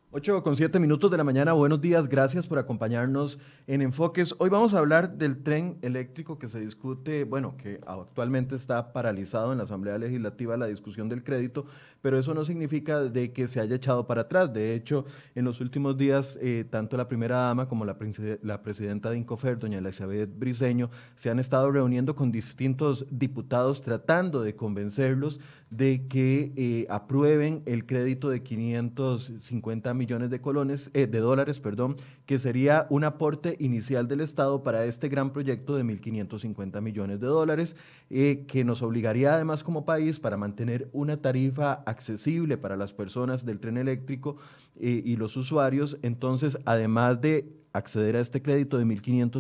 8:07 de la mañana, buenos días, gracias por acompañarnos en Enfoques. Hoy vamos a hablar del tren eléctrico que se discute, bueno, que actualmente está paralizado en la Asamblea Legislativa la discusión del crédito, pero eso no significa de que se haya echado para atrás. De hecho, en los últimos días, tanto la primera dama como la presidenta de Incofer, doña Elizabeth Briceño, se han estado reuniendo con distintos diputados tratando de convencerlos de que aprueben el crédito de 550 millones de dólares, perdón, que sería un aporte inicial del Estado para este gran proyecto de 1.550 millones de dólares, que nos obligaría además como país para mantener una tarifa accesible para las personas del tren eléctrico y los usuarios. Entonces, además de acceder a este crédito de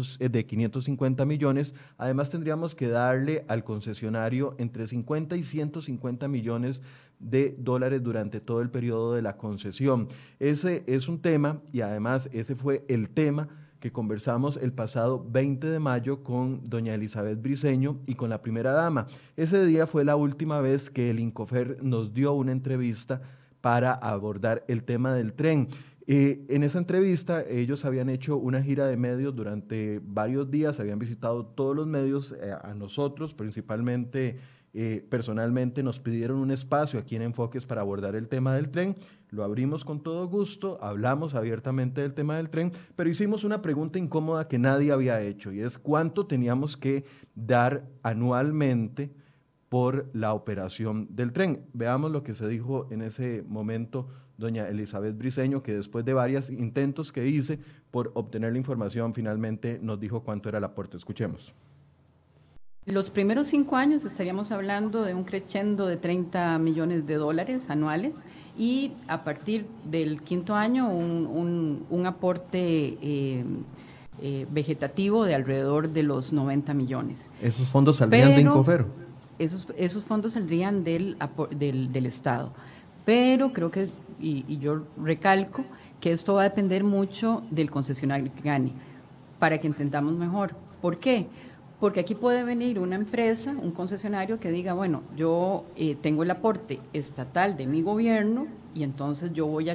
550 millones, además tendríamos que darle al concesionario entre 50 y 150 millones de dólares durante todo el periodo de la concesión. Ese es un tema y además ese fue el tema que conversamos el pasado 20 de mayo con doña Elizabeth Briceño y con la primera dama. Ese día fue la última vez que el Incofer nos dio una entrevista para abordar el tema del tren. En esa entrevista ellos habían hecho una gira de medios durante varios días, habían visitado todos los medios, a nosotros principalmente, personalmente nos pidieron un espacio aquí en Enfoques para abordar el tema del tren, lo abrimos con todo gusto, hablamos abiertamente del tema del tren, pero hicimos una pregunta incómoda que nadie había hecho y es cuánto teníamos que dar anualmente por la operación del tren. Veamos lo que se dijo en ese momento doña Elizabeth Briceño, que después de varios intentos que hice por obtener la información, finalmente nos dijo cuánto era el aporte. Escuchemos. Los primeros 5 años estaríamos hablando de un crescendo de 30 millones de dólares anuales y a partir del quinto año un aporte vegetativo de alrededor de los 90 millones. ¿Esos fondos saldrían de Incofer? Esos fondos saldrían del Estado, pero creo que, y yo recalco, que esto va a depender mucho del concesionario que gane, para que entendamos mejor. ¿Por qué? Porque aquí puede venir una empresa, un concesionario que diga, bueno, yo tengo el aporte estatal de mi gobierno y entonces yo voy a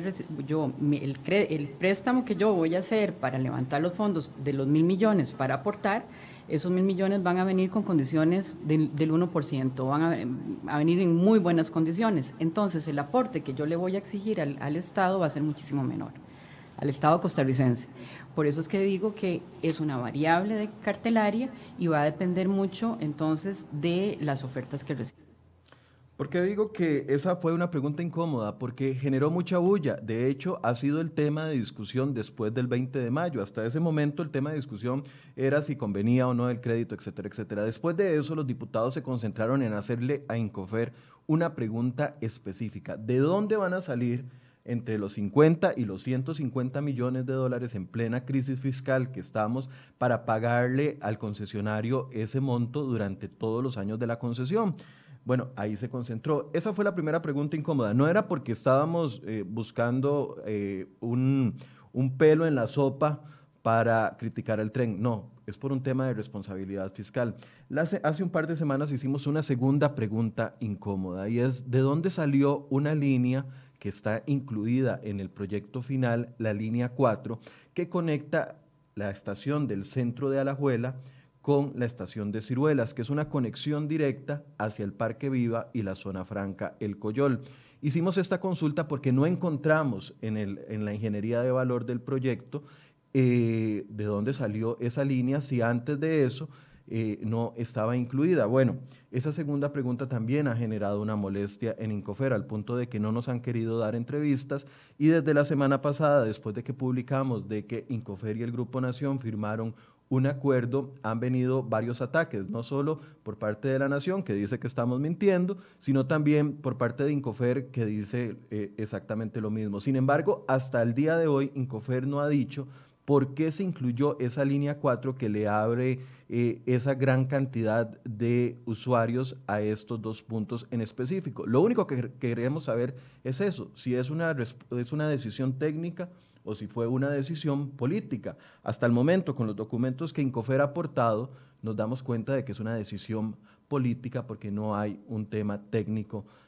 el préstamo que yo voy a hacer para levantar los fondos de los 1.000 millones para aportar, esos 1.000 millones van a venir con condiciones del 1%, van a venir en muy buenas condiciones. Entonces el aporte que yo le voy a exigir al Estado va a ser muchísimo menor, al Estado costarricense. Por eso es que digo que es una variable de cartelaria y va a depender mucho entonces de las ofertas que recibe. ¿Por qué digo que esa fue una pregunta incómoda? Porque generó mucha bulla. De hecho, ha sido el tema de discusión después del 20 de mayo. Hasta ese momento el tema de discusión era si convenía o no el crédito, etcétera, etcétera. Después de eso, los diputados se concentraron en hacerle a Incofer una pregunta específica. ¿De dónde van a salir entre los 50 y los 150 millones de dólares en plena crisis fiscal que estamos para pagarle al concesionario ese monto durante todos los años de la concesión? Bueno, ahí se concentró. Esa fue la primera pregunta incómoda. No era porque estábamos buscando un pelo en la sopa para criticar el tren, no, es por un tema de responsabilidad fiscal. Hace un par de semanas hicimos una segunda pregunta incómoda y es ¿de dónde salió una línea que está incluida en el proyecto final, la línea 4, que conecta la estación del centro de Alajuela con la estación de Ciruelas, que es una conexión directa hacia el Parque Viva y la zona franca El Coyol? Hicimos esta consulta porque no encontramos en la ingeniería de valor del proyecto de dónde salió esa línea, si antes de eso no estaba incluida. Bueno, esa segunda pregunta también ha generado una molestia en Incofer, al punto de que no nos han querido dar entrevistas y desde la semana pasada, después de que publicamos de que Incofer y el Grupo Nación firmaron un acuerdo, han venido varios ataques, no solo por parte de la Nación, que dice que estamos mintiendo, sino también por parte de Incofer, que dice exactamente lo mismo. Sin embargo, hasta el día de hoy, Incofer no ha dicho por qué se incluyó esa línea 4 que le abre esa gran cantidad de usuarios a estos dos puntos en específico. Lo único que queremos saber es eso, si es una decisión técnica o si fue una decisión política. Hasta el momento, con los documentos que Incofer ha aportado, nos damos cuenta de que es una decisión política porque no hay un tema técnico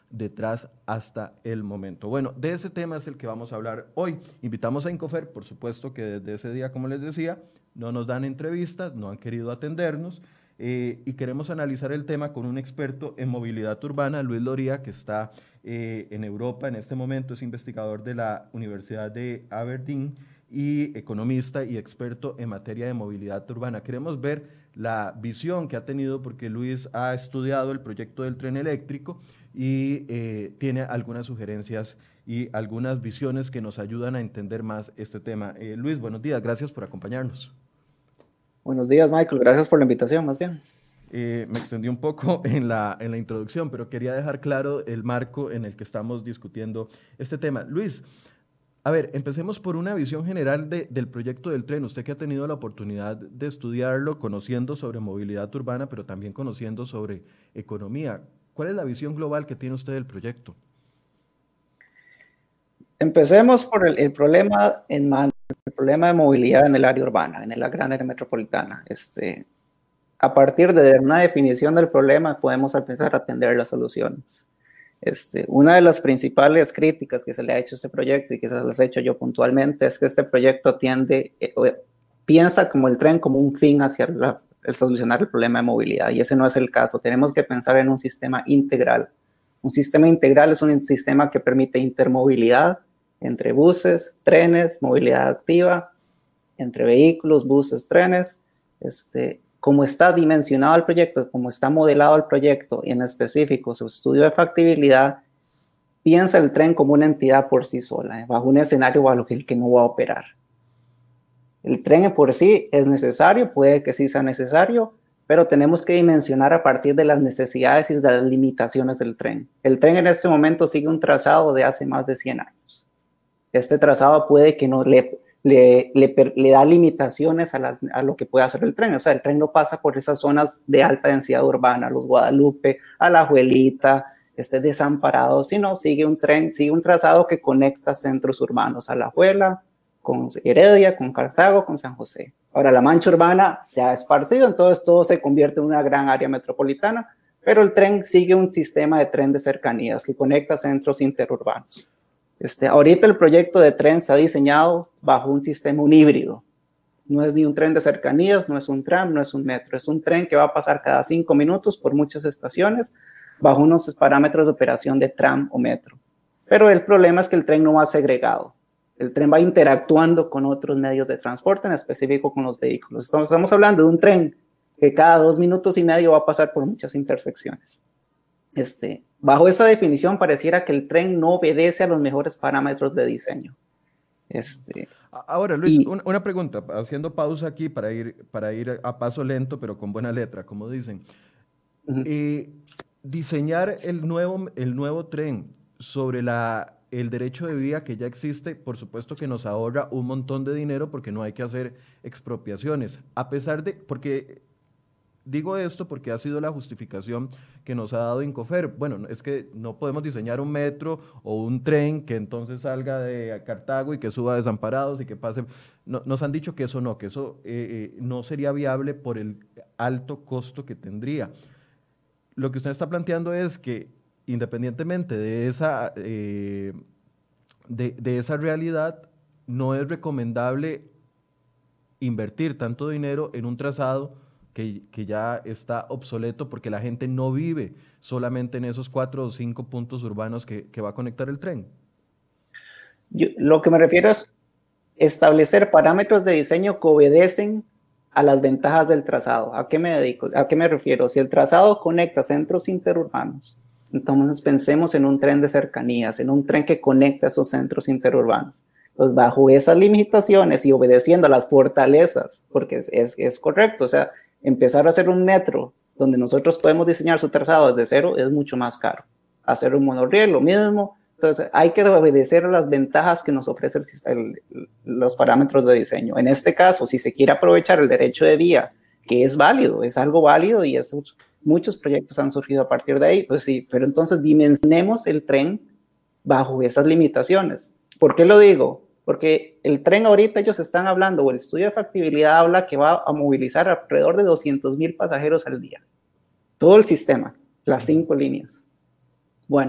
detrás hasta el momento. Bueno, de ese tema es el que vamos a hablar hoy. Invitamos a Incofer, por supuesto que desde ese día, como les decía, no nos dan entrevistas, no han querido atendernos, y queremos analizar el tema con un experto en movilidad urbana, Luis Loría, que está en Europa en este momento, es investigador de la Universidad de Aberdeen y economista y experto en materia de movilidad urbana. Queremos ver la visión que ha tenido, porque Luis ha estudiado el proyecto del tren eléctrico y tiene algunas sugerencias y algunas visiones que nos ayudan a entender más este tema. Luis, buenos días, gracias por acompañarnos. Buenos días, Michael, gracias por la invitación, más bien. Me extendí un poco en la introducción, pero quería dejar claro el marco en el que estamos discutiendo este tema. Luis, a ver, empecemos por una visión general del proyecto del tren. Usted que ha tenido la oportunidad de estudiarlo, conociendo sobre movilidad urbana, pero también conociendo sobre economía. ¿Cuál es la visión global que tiene usted del proyecto? Empecemos por el problema en mano, el problema de movilidad en el área urbana, en la gran área metropolitana. A partir de una definición del problema, podemos empezar a atender las soluciones. Una de las principales críticas que se le ha hecho a este proyecto y que se las he hecho yo puntualmente es que este proyecto piensa como el tren como un fin hacia el solucionar el problema de movilidad, y ese no es el caso. Tenemos que pensar en un sistema integral. Un sistema integral es un sistema que permite intermovilidad entre buses, trenes, movilidad activa, entre vehículos, buses, trenes. Como está dimensionado el proyecto, como está modelado el proyecto, y en específico su estudio de factibilidad, piensa el tren como una entidad por sí sola, bajo un escenario bajo el que no va a operar. El tren por sí es necesario, puede que sí sea necesario, pero tenemos que dimensionar a partir de las necesidades y de las limitaciones del tren. El tren en este momento sigue un trazado de hace más de 100 años. Este trazado puede que no le da limitaciones a lo que puede hacer el tren. O sea, el tren no pasa por esas zonas de alta densidad urbana, los Guadalupe, Alajuelita, Desamparados, sino sigue un trazado que conecta centros urbanos, Alajuela, con Heredia, con Cartago, con San José. Ahora, la mancha urbana se ha esparcido, entonces todo se convierte en una gran área metropolitana, pero el tren sigue un sistema de tren de cercanías que conecta centros interurbanos. Ahorita el proyecto de tren se ha diseñado bajo un sistema híbrido. No es ni un tren de cercanías, no es un tram, no es un metro. Es un tren que va a pasar cada 5 minutos por muchas estaciones bajo unos parámetros de operación de tram o metro. Pero el problema es que el tren no va segregado. El tren va interactuando con otros medios de transporte, en específico con los vehículos. Estamos hablando de un tren que cada 2 minutos y medio va a pasar por muchas intersecciones. Bajo esa definición, pareciera que el tren no obedece a los mejores parámetros de diseño. Ahora, Luis, una pregunta, haciendo pausa aquí para ir a paso lento, pero con buena letra, como dicen. Diseñar el nuevo tren sobre el derecho de vía que ya existe, por supuesto que nos ahorra un montón de dinero porque no hay que hacer expropiaciones, porque digo esto porque ha sido la justificación que nos ha dado Incofer. Bueno, es que no podemos diseñar un metro o un tren que entonces salga de Cartago y que suba a Desamparados y que pase. Nos han dicho que eso no sería viable por el alto costo que tendría. Lo que usted está planteando es que independientemente de esa realidad, no es recomendable invertir tanto dinero en un trazado que ya está obsoleto porque la gente no vive solamente en esos 4 o 5 puntos urbanos que va a conectar el tren. Lo que me refiero es establecer parámetros de diseño que obedecen a las ventajas del trazado. ¿A qué me refiero? Si el trazado conecta centros interurbanos, entonces pensemos en un tren de cercanías, en un tren que conecta esos centros interurbanos. Pues bajo esas limitaciones y obedeciendo a las fortalezas, porque es correcto, o sea, empezar a hacer un metro donde nosotros podemos diseñar su trazado desde cero es mucho más caro. Hacer un monorriel, lo mismo. Entonces, hay que obedecer a las ventajas que nos ofrecen los parámetros de diseño. En este caso, si se quiere aprovechar el derecho de vía, que es válido, es algo válido y muchos proyectos han surgido a partir de ahí, pues sí, pero entonces dimensionemos el tren bajo esas limitaciones. ¿Por qué lo digo? Porque el tren ahorita ellos están hablando, o el estudio de factibilidad habla que va a movilizar alrededor de 200,000 pasajeros al día. Todo el sistema, las 5 líneas. Bueno,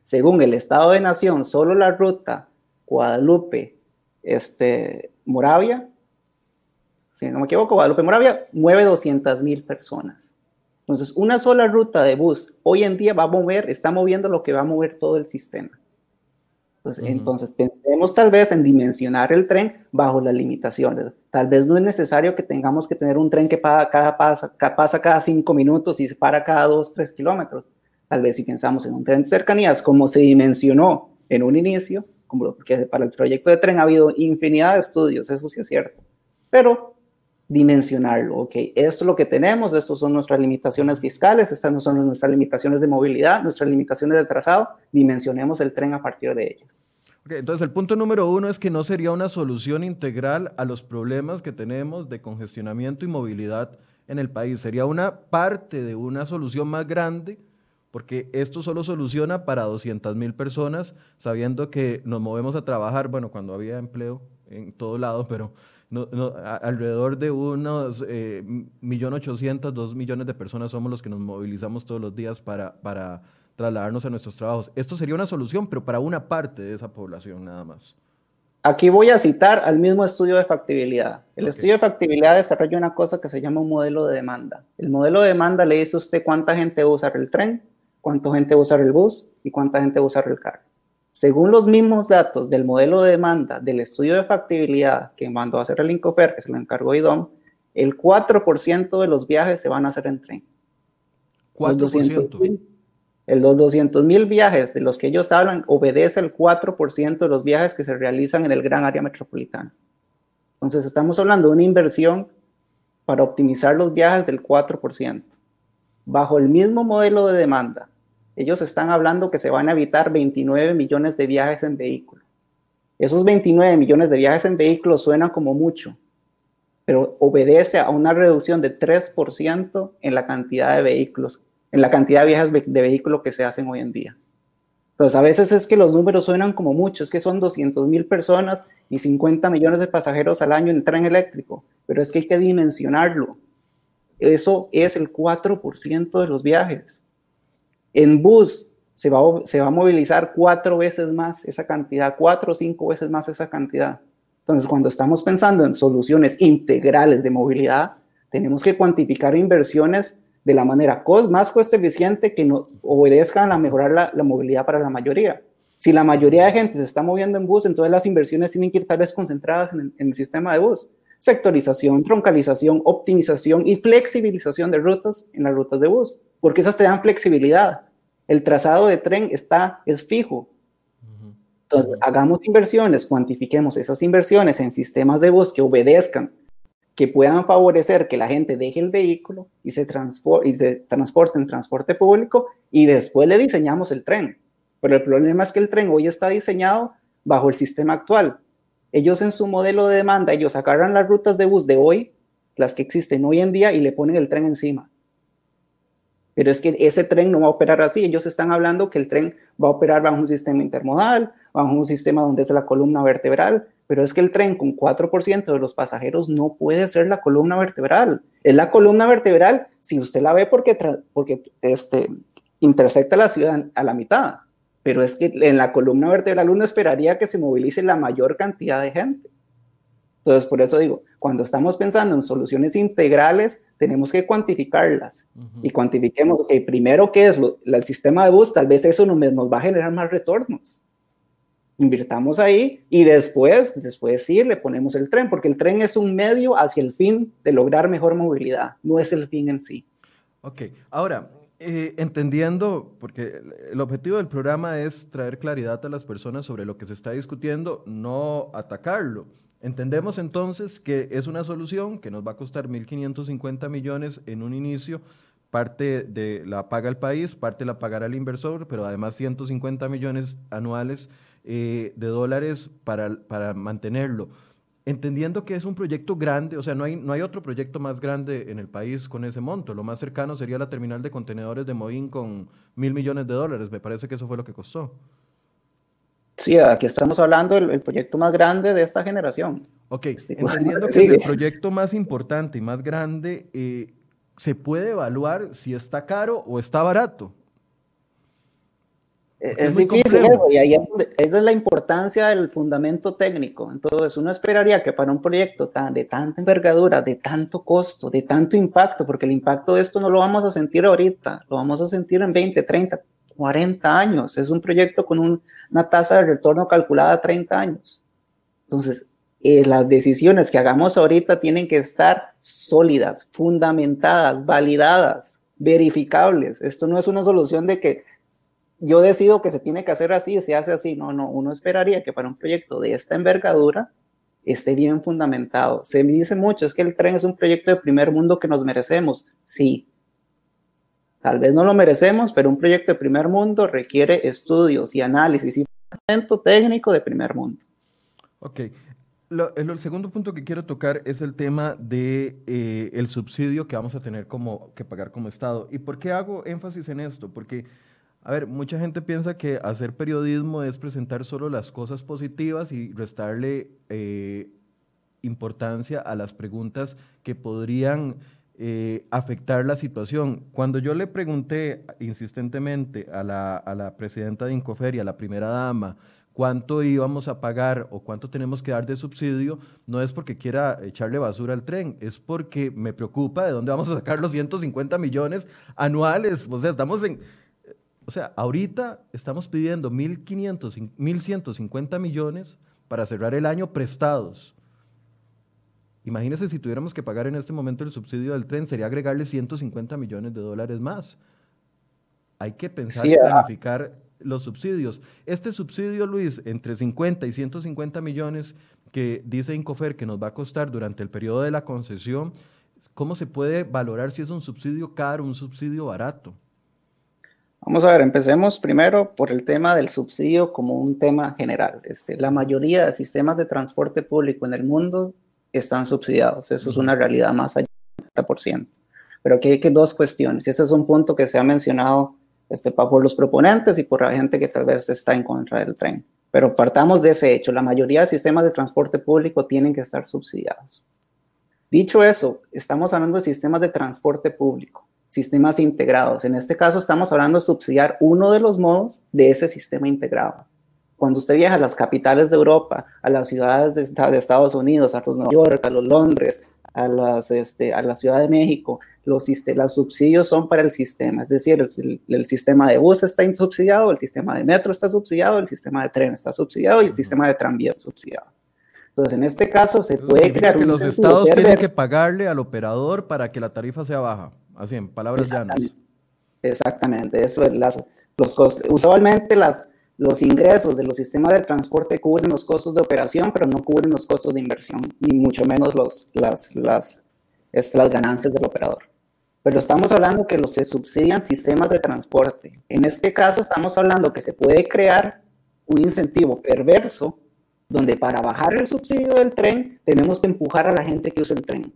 Según el Estado de Nación, solo la ruta Guadalupe, Moravia, si no me equivoco, Guadalupe-Moravia, mueve 200,000 personas. Entonces, una sola ruta de bus hoy en día está moviendo lo que va a mover todo el sistema. Entonces, pensemos tal vez en dimensionar el tren bajo las limitaciones. Tal vez no es necesario que tengamos que tener un tren que pasa cada 5 minutos y se para cada 2, 3 kilómetros. Tal vez si pensamos en un tren de cercanías, como se dimensionó en un inicio, porque para el proyecto de tren ha habido infinidad de estudios, eso sí es cierto, pero dimensionarlo, ok, esto es lo que tenemos, estas son nuestras limitaciones fiscales, estas no son nuestras limitaciones de movilidad, nuestras limitaciones de trazado, dimensionemos el tren a partir de ellas. Okay, entonces el punto número 1 es que no sería una solución integral a los problemas que tenemos de congestionamiento y movilidad en el país, sería una parte de una solución más grande, porque esto solo soluciona para 200,000 personas, sabiendo que nos movemos a trabajar, bueno, cuando había empleo en todo lado, pero alrededor de unos 1.800.000, 2 millones de personas somos los que nos movilizamos todos los días para trasladarnos a nuestros trabajos. Esto sería una solución, pero para una parte de esa población nada más. Aquí voy a citar al mismo estudio de factibilidad. El estudio de factibilidad desarrolla una cosa que se llama un modelo de demanda. El modelo de demanda le dice a usted cuánta gente va a usar el tren, cuánta gente va a usar el bus y cuánta gente va a usar el carro. Según los mismos datos del modelo de demanda del estudio de factibilidad que mandó a hacer el INCOFER, que se lo encargó IDOM, el 4% de los viajes se van a hacer en tren. 4%. Los 200,000 viajes de los que ellos hablan obedece el 4% de los viajes que se realizan en el gran área metropolitana. Entonces estamos hablando de una inversión para optimizar los viajes del 4%. Bajo el mismo modelo de demanda, ellos están hablando que se van a evitar 29 millones de viajes en vehículo. Esos 29 millones de viajes en vehículo suenan como mucho, pero obedece a una reducción de 3% en la cantidad de vehículos, en la cantidad de viajes de vehículo que se hacen hoy en día. Entonces, a veces es que los números suenan como mucho, es que son 200,000 personas y 50 millones de pasajeros al año en el tren eléctrico, pero es que hay que dimensionarlo. Eso es el 4% de los viajes. En bus se va a movilizar 4 veces más esa cantidad, 4 o 5 veces más esa cantidad. Entonces, cuando estamos pensando en soluciones integrales de movilidad, tenemos que cuantificar inversiones de la manera más costo eficiente que no obedezcan a mejorar la movilidad para la mayoría. Si la mayoría de gente se está moviendo en bus, entonces las inversiones tienen que ir tal vez concentradas en el sistema de bus. Sectorización, troncalización, optimización y flexibilización de rutas en las rutas de bus, porque esas te dan flexibilidad. El trazado de tren es fijo. Entonces, hagamos inversiones, cuantifiquemos esas inversiones en sistemas de bus que obedezcan, que puedan favorecer que la gente deje el vehículo y se transporte en transporte público, y después le diseñamos el tren. Pero el problema es que el tren hoy está diseñado bajo el sistema actual. Ellos en su modelo de demanda, ellos agarran las rutas de bus de hoy, las que existen hoy en día, y le ponen el tren encima. Pero es que ese tren no va a operar así. Ellos están hablando que el tren va a operar bajo un sistema intermodal, bajo un sistema donde es la columna vertebral, pero es que el tren con 4% de los pasajeros no puede ser la columna vertebral. Es la columna vertebral si usted la ve porque intersecta la ciudad a la mitad. Pero es que en la columna vertebral uno esperaría que se movilice la mayor cantidad de gente. Entonces, por eso digo, cuando estamos pensando en soluciones integrales, tenemos que cuantificarlas. Y cuantifiquemos, ok, primero, ¿qué es el sistema de bus? Tal vez eso nos va a generar más retornos. Invirtamos ahí y después sí le ponemos el tren, porque el tren es un medio hacia el fin de lograr mejor movilidad, no es el fin en sí. Ok, ahora, entendiendo, porque el objetivo del programa es traer claridad a las personas sobre lo que se está discutiendo, no atacarlo. Entendemos entonces que es una solución que nos va a costar 1.550 millones en un inicio, parte de la paga el país, parte la pagará el inversor, pero además 150 millones anuales de dólares para mantenerlo. Entendiendo que es un proyecto grande, o sea, no hay otro proyecto más grande en el país con ese monto. Lo más cercano sería la terminal de contenedores de Moín con 1.000 millones de dólares. Me parece que eso fue lo que costó. Sí, aquí estamos hablando del proyecto más grande de esta generación. Ok, entendiendo que es el proyecto más importante y más grande, ¿se puede evaluar si está caro o está barato? Es difícil eso, y ahí esa es la importancia del fundamento técnico. Entonces, uno esperaría que para un proyecto de tanta envergadura, de tanto costo, de tanto impacto, porque el impacto de esto no lo vamos a sentir ahorita, lo vamos a sentir en 20, 30, 40 años. Es un proyecto con una tasa de retorno calculada a 30 años. Entonces, las decisiones que hagamos ahorita tienen que estar sólidas, fundamentadas, validadas, verificables. Esto no es una solución de que yo decido que se tiene que hacer así, se hace así. No, uno esperaría que para un proyecto de esta envergadura esté bien fundamentado. Se me dice mucho, es que el tren es un proyecto de primer mundo que nos merecemos. Sí, tal vez no lo merecemos, pero un proyecto de primer mundo requiere estudios y análisis y fundamento técnico de primer mundo. Ok. El segundo punto que quiero tocar es el tema de el subsidio que vamos a tener que pagar como Estado. ¿Y por qué hago énfasis en esto? Porque a ver, mucha gente piensa que hacer periodismo es presentar solo las cosas positivas y restarle importancia a las preguntas que podrían afectar la situación. Cuando yo le pregunté insistentemente a la presidenta de Incofer y a la primera dama cuánto íbamos a pagar o cuánto tenemos que dar de subsidio, no es porque quiera echarle basura al tren, es porque me preocupa de dónde vamos a sacar los 150 millones anuales. O sea, ahorita estamos pidiendo 1.150 millones para cerrar el año prestados. Imagínense si tuviéramos que pagar en este momento el subsidio del tren, sería agregarle 150 millones de dólares más. Hay que pensar y planificar los subsidios. Este subsidio, Luis, entre 50 y 150 millones que dice Incofer que nos va a costar durante el periodo de la concesión, ¿cómo se puede valorar si es un subsidio caro o un subsidio barato? Vamos a ver, empecemos primero por el tema del subsidio como un tema general. La mayoría de sistemas de transporte público en el mundo están subsidiados. Eso es una realidad más allá del 90%. Pero aquí hay dos cuestiones. Y ese es un punto que se ha mencionado por los proponentes y por la gente que tal vez está en contra del tren. Pero partamos de ese hecho. La mayoría de sistemas de transporte público tienen que estar subsidiados. Dicho eso, estamos hablando de sistemas de transporte público, sistemas integrados. En este caso estamos hablando de subsidiar uno de los modos de ese sistema integrado. Cuando usted viaja a las capitales de Europa, a las ciudades de Estados Unidos, a los Nueva York, a los Londres, a la Ciudad de México, los subsidios son para el sistema. Es decir, el sistema de bus está subsidiado, el sistema de metro está subsidiado, el sistema de tren está subsidiado y el sistema de tranvía está subsidiado. Entonces, en este caso, se puede crear que los estados tienen que pagarle al operador para que la tarifa sea baja. Así, en palabras llanas. Exactamente. Eso es los costos. Usualmente los ingresos de los sistemas de transporte cubren los costos de operación, pero no cubren los costos de inversión, ni mucho menos las ganancias del operador. Pero estamos hablando que se subsidian sistemas de transporte. En este caso, estamos hablando que se puede crear un incentivo perverso donde para bajar el subsidio del tren tenemos que empujar a la gente que usa el tren.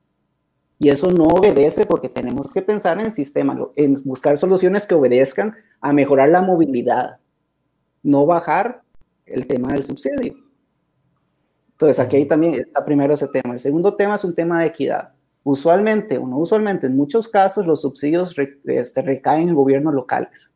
Y eso no obedece porque tenemos que pensar en el sistema, en buscar soluciones que obedezcan a mejorar la movilidad, no bajar el tema del subsidio. Entonces, aquí también está primero ese tema. El segundo tema es un tema de equidad. Usualmente, en muchos casos, los subsidios recaen en gobiernos locales.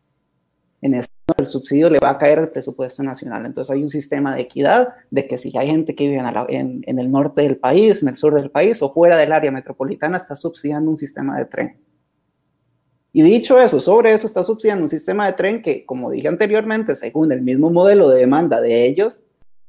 En este el subsidio le va a caer al presupuesto nacional. Entonces hay un sistema de equidad de que si hay gente que vive en el norte del país, en el sur del país o fuera del área metropolitana, está subsidiando un sistema de tren. Y dicho eso, sobre eso está subsidiando un sistema de tren que, como dije anteriormente, según el mismo modelo de demanda de ellos,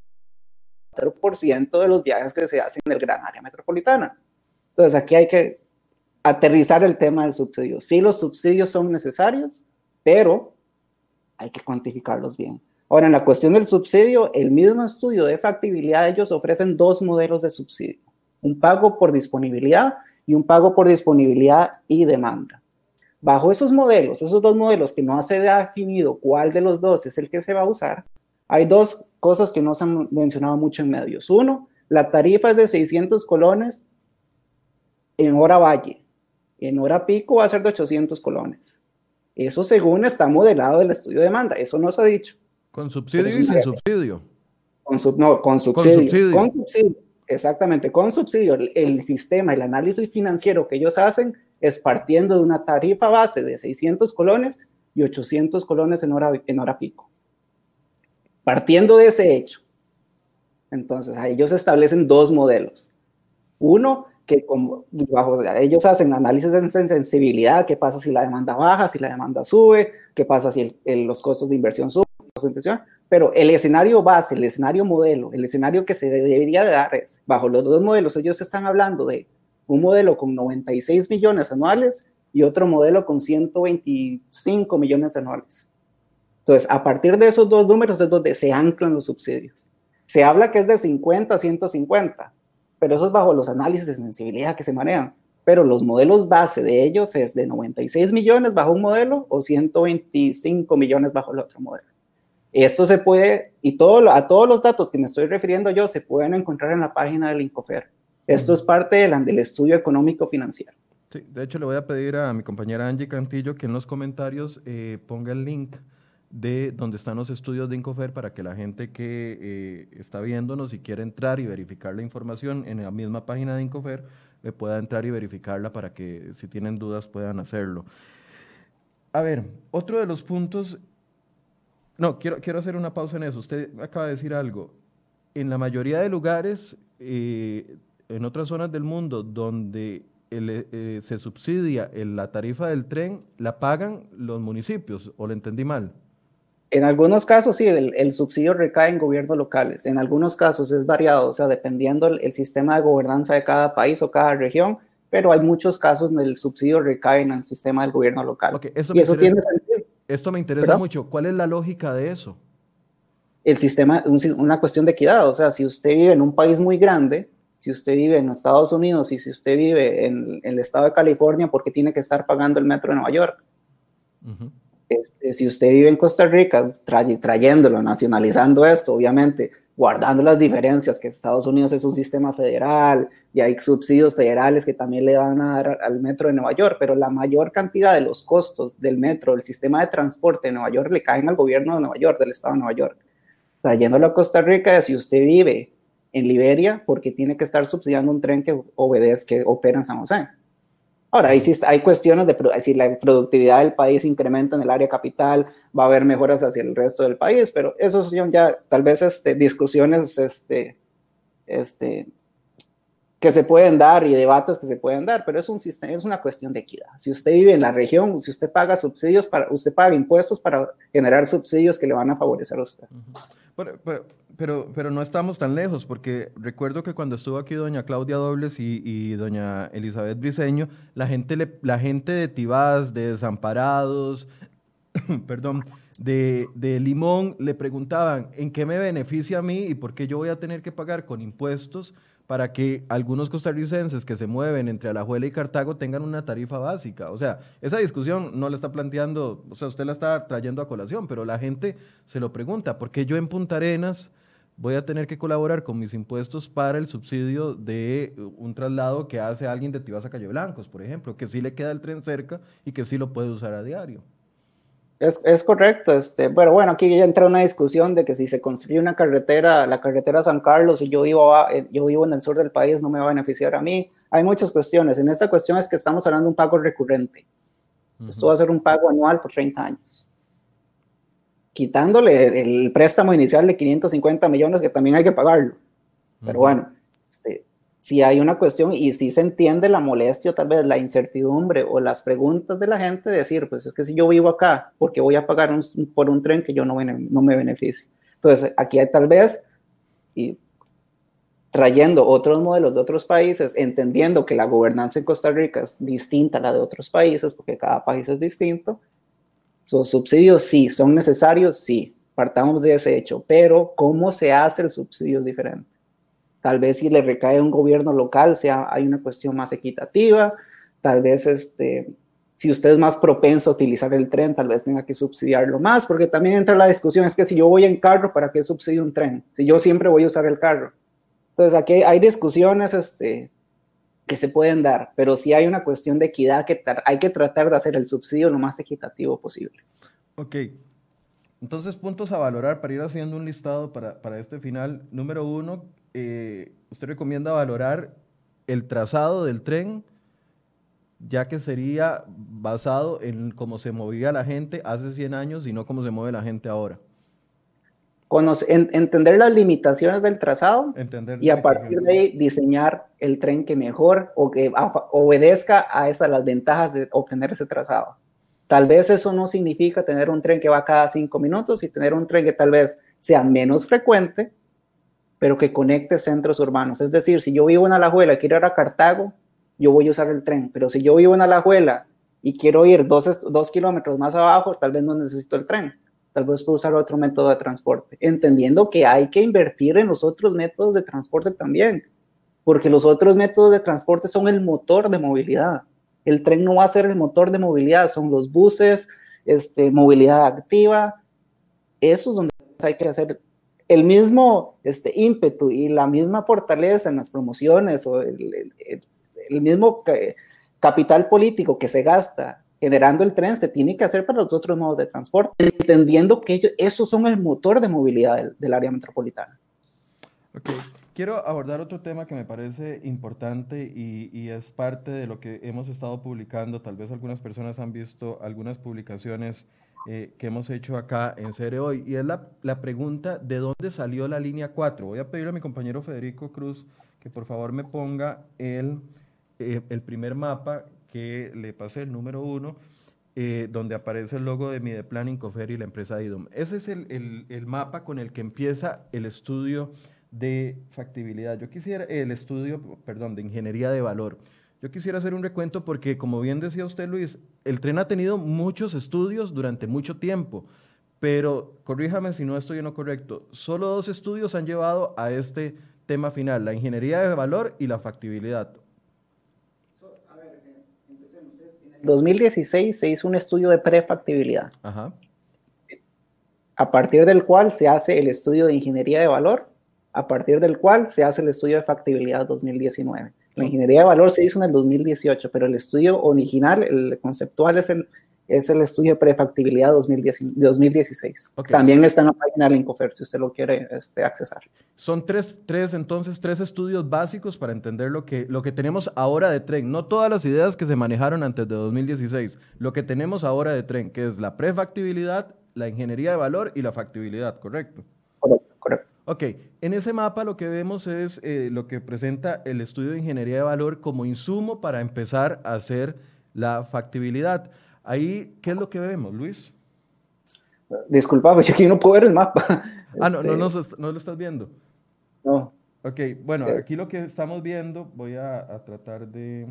el 4% de los viajes que se hacen en el gran área metropolitana. Entonces aquí hay que aterrizar el tema del subsidio. Sí, los subsidios son necesarios, pero hay que cuantificarlos bien. Ahora, en la cuestión del subsidio, el mismo estudio de factibilidad, ellos ofrecen dos modelos de subsidio. Un pago por disponibilidad y un pago por disponibilidad y demanda. Bajo esos dos modelos que no se ha definido cuál de los dos es el que se va a usar, hay dos cosas que no se han mencionado mucho en medios. Uno, la tarifa es de 600 colones en hora valle. En hora pico va a ser de 800 colones. Eso según está modelado del estudio de demanda. Eso no se ha dicho. ¿Con subsidio y sin subsidio? Con subsidio. Con subsidio. Exactamente, con subsidio. El sistema, el análisis financiero que ellos hacen es partiendo de una tarifa base de 600 colones y 800 colones en hora pico. Partiendo de ese hecho, entonces ellos establecen dos modelos. Uno, que ellos hacen análisis de sensibilidad, qué pasa si la demanda baja, si la demanda sube, qué pasa si los costos de inversión suben, pero el escenario base, el escenario modelo, el escenario que se debería de dar es, bajo los dos modelos, ellos están hablando de un modelo con 96 millones anuales y otro modelo con 125 millones anuales. Entonces, a partir de esos dos números es donde se anclan los subsidios. Se habla que es de 50 a 150, pero eso es bajo los análisis de sensibilidad que se manejan. Pero los modelos base de ellos es de 96 millones bajo un modelo o 125 millones bajo el otro modelo. Esto se puede, y a todos los datos que me estoy refiriendo yo, se pueden encontrar en la página del Incofer. Esto es parte del estudio económico financiero. Sí, de hecho le voy a pedir a mi compañera Angie Cantillo que en los comentarios ponga el link de donde están los estudios de Incofer para que la gente que está viéndonos y quiere entrar y verificar la información en la misma página de Incofer pueda entrar y verificarla para que si tienen dudas puedan hacerlo. A ver, otro de los puntos, no, quiero hacer una pausa en eso. Usted acaba de decir algo. En la mayoría de lugares, en otras zonas del mundo donde se subsidia la tarifa del tren, la pagan los municipios, ¿o lo entendí mal? En algunos casos sí, el subsidio recae en gobiernos locales. En algunos casos es variado, o sea, dependiendo el sistema de gobernanza de cada país o cada región, pero hay muchos casos donde el subsidio recae en el sistema del gobierno local. Okay, y eso tiene sentido. Esto me interesa mucho. ¿Cuál es la lógica de eso? El sistema, una cuestión de equidad. O sea, si usted vive en un país muy grande, si usted vive en Estados Unidos y si usted vive en el estado de California, ¿por qué tiene que estar pagando el metro de Nueva York? Uh-huh. Si usted vive en Costa Rica, trayéndolo, nacionalizando esto, obviamente, guardando las diferencias, que Estados Unidos es un sistema federal y hay subsidios federales que también le van a dar al metro de Nueva York, pero la mayor cantidad de los costos del metro, del sistema de transporte de Nueva York, le caen al gobierno de Nueva York, del estado de Nueva York. Trayéndolo a Costa Rica, si usted vive en Liberia, ¿por qué tiene que estar subsidiando un tren que opera en San José? Ahora, ahí sí hay cuestiones de si la productividad del país incrementa en el área capital, va a haber mejoras hacia el resto del país, pero eso son ya tal vez discusiones que se pueden dar y debates que se pueden dar, pero es una cuestión de equidad. Si usted vive en la región, si usted paga subsidios, usted paga impuestos para generar subsidios que le van a favorecer a usted. Pero no estamos tan lejos, porque recuerdo que cuando estuvo aquí doña Claudia Dobles y doña Elizabeth Briceño, la gente de Tibás, de Desamparados, perdón, de Limón, le preguntaban, ¿en qué me beneficia a mí y por qué yo voy a tener que pagar con impuestos para que algunos costarricenses que se mueven entre Alajuela y Cartago tengan una tarifa básica? O sea, esa discusión no la está planteando, o sea, usted la está trayendo a colación, pero la gente se lo pregunta, ¿por qué yo en Punta Arenas voy a tener que colaborar con mis impuestos para el subsidio de un traslado que hace alguien de Tibás a Calle Blancos, por ejemplo, que sí le queda el tren cerca y que sí lo puede usar a diario? Es correcto, pero bueno, aquí ya entra una discusión de que si se construye una carretera, la carretera San Carlos, y yo vivo en el sur del país, no me va a beneficiar a mí. Hay muchas cuestiones. En esta cuestión es que estamos hablando de un pago recurrente. Uh-huh. Esto va a ser un pago anual por 30 años. Quitándole el préstamo inicial de 550 millones, que también hay que pagarlo. Uh-huh. Pero bueno, si hay una cuestión y si se entiende la molestia, tal vez la incertidumbre o las preguntas de la gente, decir, pues es que si yo vivo acá, ¿por qué voy a pagar por un tren que yo no me beneficie? Entonces, aquí hay tal vez, y trayendo otros modelos de otros países, entendiendo que la gobernanza en Costa Rica es distinta a la de otros países, porque cada país es distinto. Los subsidios sí, son necesarios, sí, partamos de ese hecho, pero ¿cómo se hace el subsidio es diferente? Tal vez si le recae a un gobierno local hay una cuestión más equitativa, tal vez si usted es más propenso a utilizar el tren, tal vez tenga que subsidiarlo más, porque también entra la discusión, es que si yo voy en carro, ¿para qué subsidio un tren? Si yo siempre voy a usar el carro. Entonces aquí hay discusiones que se pueden dar, pero sí hay una cuestión de equidad que hay que tratar de hacer el subsidio lo más equitativo posible. Ok. Entonces, puntos a valorar para ir haciendo un listado para este final. Número 1, usted recomienda valorar el trazado del tren, ya que sería basado en cómo se movía la gente hace 100 años y no cómo se mueve la gente ahora. Entender las limitaciones del trazado y a partir de ahí diseñar el tren que mejor o que obedezca a las ventajas de obtener ese trazado. Tal vez eso no significa tener un tren que va cada 5 minutos y tener un tren que tal vez sea menos frecuente, pero que conecte centros urbanos. Es decir, si yo vivo en Alajuela y quiero ir a Cartago, yo voy a usar el tren, pero si yo vivo en Alajuela y quiero ir 2 kilómetros más abajo, tal vez no necesito el tren. Tal vez puedo usar otro método de transporte, entendiendo que hay que invertir en los otros métodos de transporte también, porque los otros métodos de transporte son el motor de movilidad. El tren no va a ser el motor de movilidad, son los buses, movilidad activa. Eso es donde hay que hacer el mismo ímpetu y la misma fortaleza en las promociones o el mismo capital político que se gasta generando el tren se tiene que hacer para los otros modos de transporte, entendiendo que esos son el motor de movilidad del área metropolitana. Ok, quiero abordar otro tema que me parece importante y es parte de lo que hemos estado publicando. Tal vez algunas personas han visto algunas publicaciones que hemos hecho acá en CR Hoy, y es la pregunta de dónde salió la línea 4. Voy a pedirle a mi compañero Federico Cruz que por favor me ponga el primer mapa que le pasé, el número 1, donde aparece el logo de Mideplan, Incofer y la empresa IDOM. Ese es el mapa con el que empieza el estudio de factibilidad. Yo quisiera, de ingeniería de valor. Yo quisiera hacer un recuento porque, como bien decía usted, Luis, el tren ha tenido muchos estudios durante mucho tiempo, pero corríjame si no estoy en lo correcto, solo 2 estudios han llevado a este tema final, la ingeniería de valor y la factibilidad. 2016 se hizo un estudio de prefactibilidad, Ajá. A partir del cual se hace el estudio de ingeniería de valor, a partir del cual se hace el estudio de factibilidad 2019. La ingeniería de valor se hizo en el 2018, pero el estudio original, el conceptual, es el estudio de prefactibilidad 2016. Okay. También está en la página del Incofer, si usted lo quiere accesar. Son tres estudios básicos para entender lo que tenemos ahora de tren. No todas las ideas que se manejaron antes de 2016. Lo que tenemos ahora de tren, que es la prefactibilidad, la ingeniería de valor y la factibilidad, ¿correcto? Correcto. Ok, en ese mapa lo que vemos es lo que presenta el estudio de ingeniería de valor como insumo para empezar a hacer la factibilidad. Ahí, ¿qué es lo que vemos, Luis? Disculpa, yo aquí no puedo ver el mapa. No lo estás viendo. No. Ok, bueno, aquí lo que estamos viendo, voy a tratar de...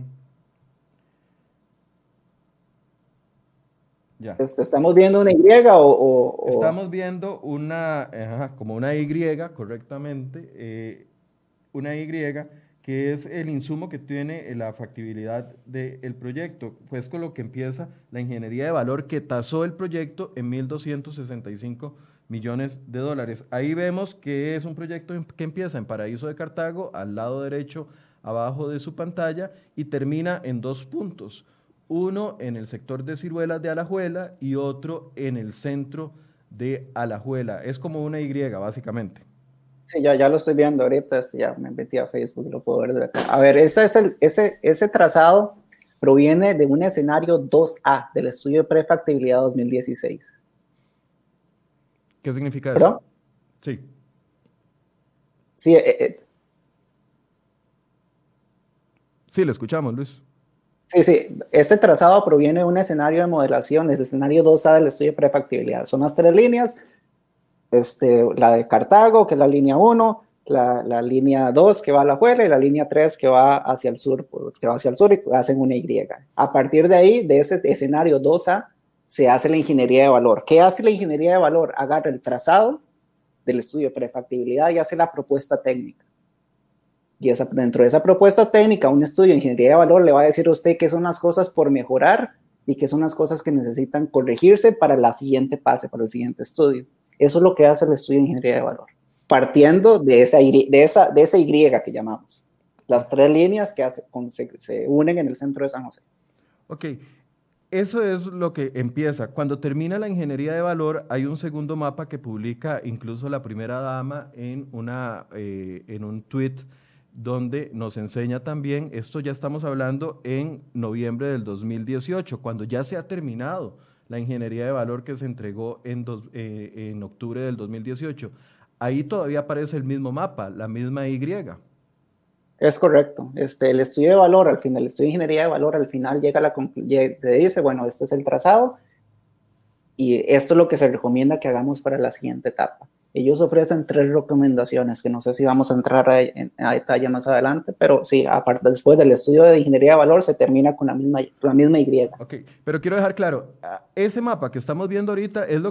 Ya. ¿Estamos viendo una Y o...? Estamos viendo como una Y, correctamente, una Y que es el insumo que tiene la factibilidad del proyecto, pues con lo que empieza la ingeniería de valor que tasó el proyecto en $1.265 millones. Ahí vemos que es un proyecto que empieza en Paraíso de Cartago, al lado derecho, abajo de su pantalla, y termina en 2 puntos. Uno en el sector de Ciruelas de Alajuela y otro en el centro de Alajuela. Es como una Y, básicamente. Sí, ya lo estoy viendo ahorita, ya me metí a Facebook y lo puedo ver de acá. A ver, ese trazado proviene de un escenario 2A del estudio de prefactibilidad 2016. ¿Qué significa eso? Sí. Sí, sí, le escuchamos, Luis. Sí, este trazado proviene de un escenario de modelación, es el escenario 2A del estudio de prefactibilidad. Son las 3 líneas, la de Cartago, que es la línea 1, la línea 2 que va a Alajuela y la línea 3 que va hacia el sur, y hacen una Y. A partir de ahí, de ese escenario 2A, se hace la ingeniería de valor. ¿Qué hace la ingeniería de valor? Agarra el trazado del estudio de prefactibilidad y hace la propuesta técnica. Y dentro de esa propuesta técnica, un estudio de ingeniería de valor le va a decir a usted qué son las cosas por mejorar y qué son las cosas que necesitan corregirse para la siguiente fase, para el siguiente estudio. Eso es lo que hace el estudio de ingeniería de valor, partiendo de esa Y que llamamos. Las 3 líneas que se unen en el centro de San José. Ok, eso es lo que empieza. Cuando termina la ingeniería de valor, hay un segundo mapa que publica incluso la primera dama en un tweet donde nos enseña también, esto ya estamos hablando en noviembre del 2018, cuando ya se ha terminado la ingeniería de valor que se entregó en octubre del 2018. Ahí todavía aparece el mismo mapa, la misma Y. Es correcto. El estudio de valor, al final, el estudio de ingeniería de valor, al final se dice, bueno, este es el trazado y esto es lo que se recomienda que hagamos para la siguiente etapa. Ellos ofrecen 3 recomendaciones, que no sé si vamos a entrar a detalle más adelante, pero sí, aparte, después del estudio de ingeniería de valor se termina con la misma Y. Ok, pero quiero dejar claro, ese mapa que estamos viendo ahorita es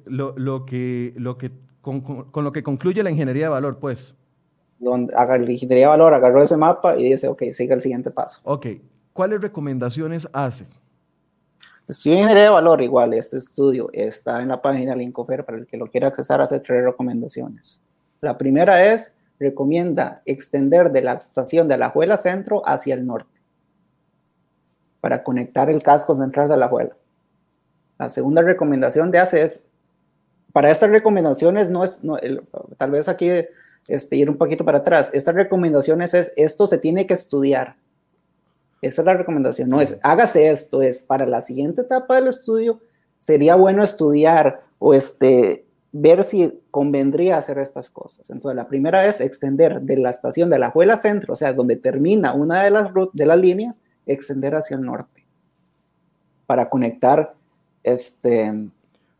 con lo que concluye la ingeniería de valor, pues. Donde la ingeniería de valor agarró ese mapa y dice, ok, sigue el siguiente paso. Ok, ¿cuáles recomendaciones hace? Estudio de ingeniería de valor, igual, este estudio está en la página del INCOFER, para el que lo quiera accesar, hace 3 recomendaciones. La primera recomienda extender de la estación de Alajuela Centro hacia el norte, para conectar el casco central de Alajuela. La segunda recomendación para estas recomendaciones tal vez aquí ir un poquito para atrás, estas recomendaciones esto se tiene que estudiar. Esa es la recomendación, no es hágase esto, es para la siguiente etapa del estudio, sería bueno estudiar o ver si convendría hacer estas cosas. Entonces, la primera es extender de la estación de Alajuela Centro, o sea, donde termina una de las líneas, extender hacia el norte, para conectar el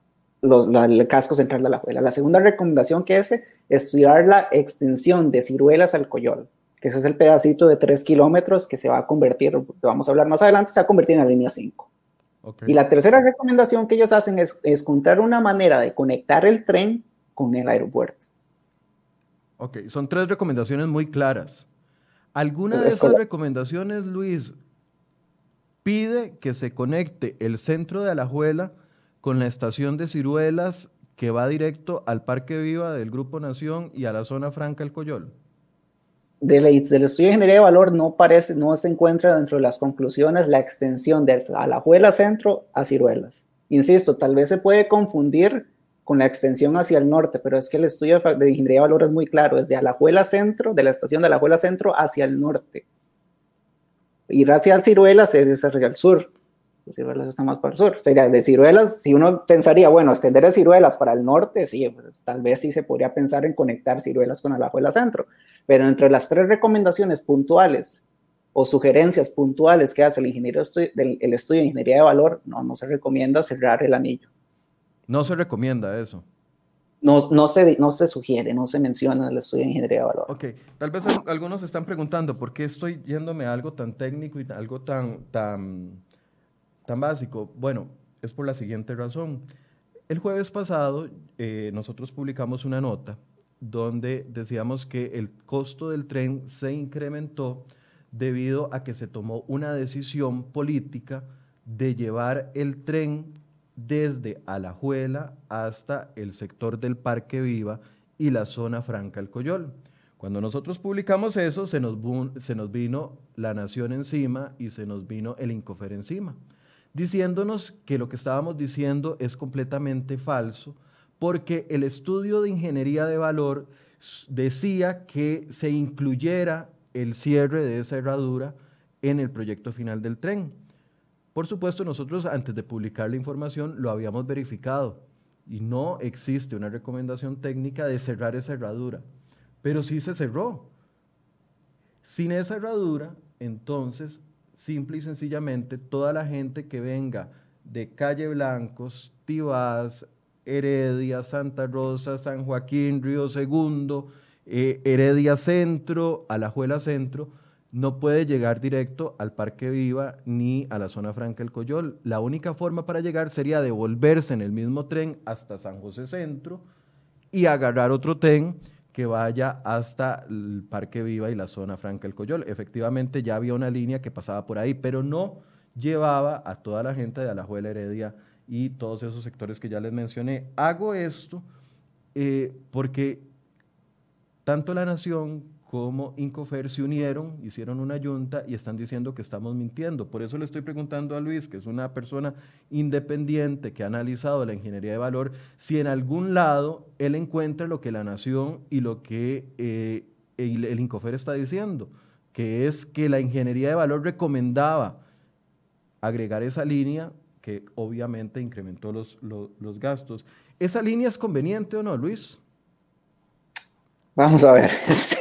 casco central de Alajuela. La segunda recomendación que es estudiar la extensión de Ciruelas al Coyol, que ese es el pedacito de 3 kilómetros que se va a convertir, que vamos a hablar más adelante, se va a convertir en la línea 5. Okay. Y la tercera recomendación que ellos hacen es encontrar una manera de conectar el tren con el aeropuerto. Ok, son 3 recomendaciones muy claras. ¿Alguna de esas recomendaciones, Luis, pide que se conecte el centro de Alajuela con la estación de Ciruelas que va directo al Parque Viva del Grupo Nación y a la zona franca El Coyol? Del estudio de ingeniería de valor no se encuentra dentro de las conclusiones la extensión de Alajuela Centro a Ciruelas. Insisto, tal vez se puede confundir con la extensión hacia el norte, pero es que el estudio de ingeniería de valor es muy claro, es de Alajuela Centro, de la estación de Alajuela Centro hacia el norte. Ir hacia Ciruelas es hacia el sur. Ciruelas está más para el sur. Sería de Ciruelas, si uno pensaría, bueno, extender de Ciruelas para el norte, sí, pues, tal vez sí se podría pensar en conectar Ciruelas con Alajuela Centro. Pero entre las 3 recomendaciones puntuales o sugerencias puntuales que hace el estudio de ingeniería de valor, no se recomienda cerrar el anillo. No se recomienda eso. No se sugiere, no se menciona en el estudio de ingeniería de valor. Ok, tal vez algunos se están preguntando por qué estoy yéndome a algo tan técnico y algo tan básico. Bueno, es por la siguiente razón. El jueves pasado nosotros publicamos una nota donde decíamos que el costo del tren se incrementó debido a que se tomó una decisión política de llevar el tren desde Alajuela hasta el sector del Parque Viva y la zona franca El Coyol. Cuando nosotros publicamos eso, se nos vino La Nación encima y se nos vino el INCOFER encima, diciéndonos que lo que estábamos diciendo es completamente falso, porque el estudio de ingeniería de valor decía que se incluyera el cierre de esa herradura en el proyecto final del tren. Por supuesto, nosotros antes de publicar la información lo habíamos verificado y no existe una recomendación técnica de cerrar esa herradura, pero sí se cerró. Sin esa herradura, entonces, simple y sencillamente, toda la gente que venga de Calle Blancos, Tibás, Heredia, Santa Rosa, San Joaquín, Río Segundo, Heredia Centro, Alajuela Centro, no puede llegar directo al Parque Viva ni a la zona franca El Coyol. La única forma para llegar sería devolverse en el mismo tren hasta San José Centro y agarrar otro tren que vaya hasta el Parque Viva y la zona franca El Coyol. Efectivamente ya había una línea que pasaba por ahí, pero no llevaba a toda la gente de Alajuela, Heredia y todos esos sectores que ya les mencioné. Hago esto porque tanto La Nación como INCOFER se unieron, hicieron una junta y están diciendo que estamos mintiendo. Por eso le estoy preguntando a Luis, que es una persona independiente que ha analizado la ingeniería de valor, si en algún lado él encuentra lo que La Nación y lo que el Incofer está diciendo, que es que la ingeniería de valor recomendaba agregar esa línea que obviamente incrementó los gastos. ¿Esa línea es conveniente o no, Luis? Vamos a ver,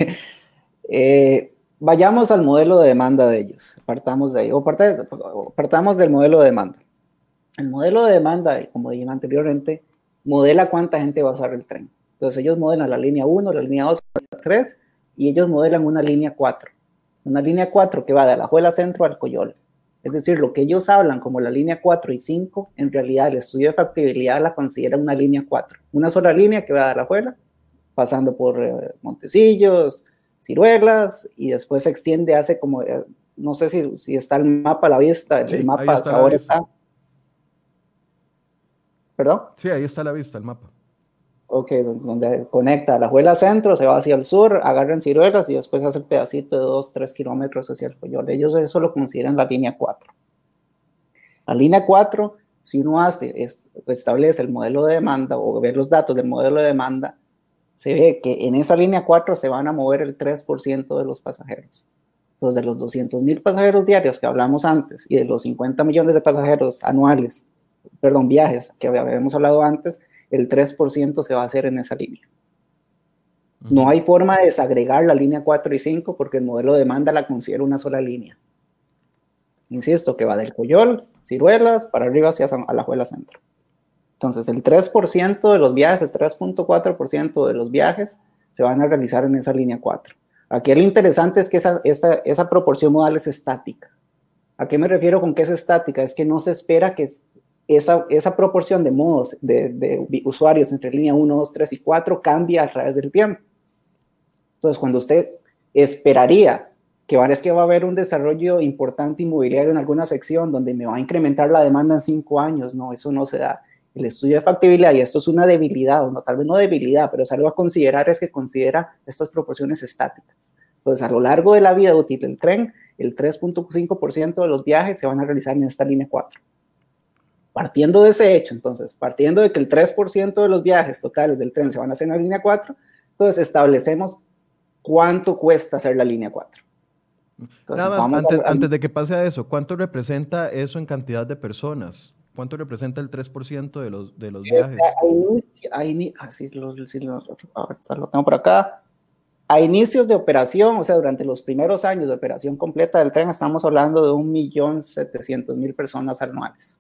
vayamos al modelo de demanda de ellos, partamos de ahí, o partamos del modelo de demanda. El modelo de demanda, como dije anteriormente, modela cuánta gente va a usar el tren. Entonces ellos modelan la línea 1, la línea 2, la 3, y ellos modelan una línea 4. Una línea 4 que va de Alajuela Centro al Coyol. Es decir, lo que ellos hablan como la línea 4 y 5, en realidad el estudio de factibilidad la considera una línea 4. Una sola línea que va de Alajuela, pasando por Montecillos, Ciruelas, y después se extiende, hace como, no sé si está el mapa a la vista, sí, el mapa que ahora está. ¿Perdón? Sí, ahí está a la vista el mapa. Ok, donde conecta Alajuela Centro, se va hacia el sur, agarran Ciruelas y después hace el pedacito de 2-3 kilómetros hacia el Coyol. Ellos eso lo consideran la línea 4. La línea 4, si uno establece el modelo de demanda o ve los datos del modelo de demanda, se ve que en esa línea 4 se van a mover el 3% de los pasajeros. Entonces, de los 200,000 pasajeros diarios que hablamos antes y de los 50 millones de pasajeros anuales, viajes que habíamos hablado antes, el 3% se va a hacer en esa línea. No hay forma de desagregar la línea 4 y 5 porque el modelo de demanda la considera una sola línea. Insisto, que va del Coyol, Ciruelas, para arriba hacia Alajuela Centro. Entonces, el 3% de los viajes, el 3.4% de los viajes se van a realizar en esa línea 4. Aquí lo interesante es que esa proporción modal es estática. ¿A qué me refiero con que es estática? Es que no se espera que esa proporción de modos de usuarios entre línea 1, 2, 3 y 4 cambie a través del tiempo. Entonces, cuando usted esperaría que va a haber un desarrollo importante inmobiliario en alguna sección donde me va a incrementar la demanda en 5 años, no, eso no se da. El estudio de factibilidad, y esto es una debilidad, o no, tal vez no debilidad, pero es algo a considerar, es que considera estas proporciones estáticas. Entonces, a lo largo de la vida útil del tren, el 3.5% de los viajes se van a realizar en esta línea 4. Partiendo de ese hecho, entonces, partiendo de que el 3% de los viajes totales del tren se van a hacer en la línea 4, entonces establecemos cuánto cuesta hacer la línea 4. Entonces, nada más, antes de que pase a eso, ¿cuánto representa eso en cantidad de personas? ¿Cuánto representa el 3% de los viajes? Lo tengo por acá. A inicios de operación, o sea, durante los primeros años de operación completa del tren, estamos hablando de 1.700.000 personas anuales.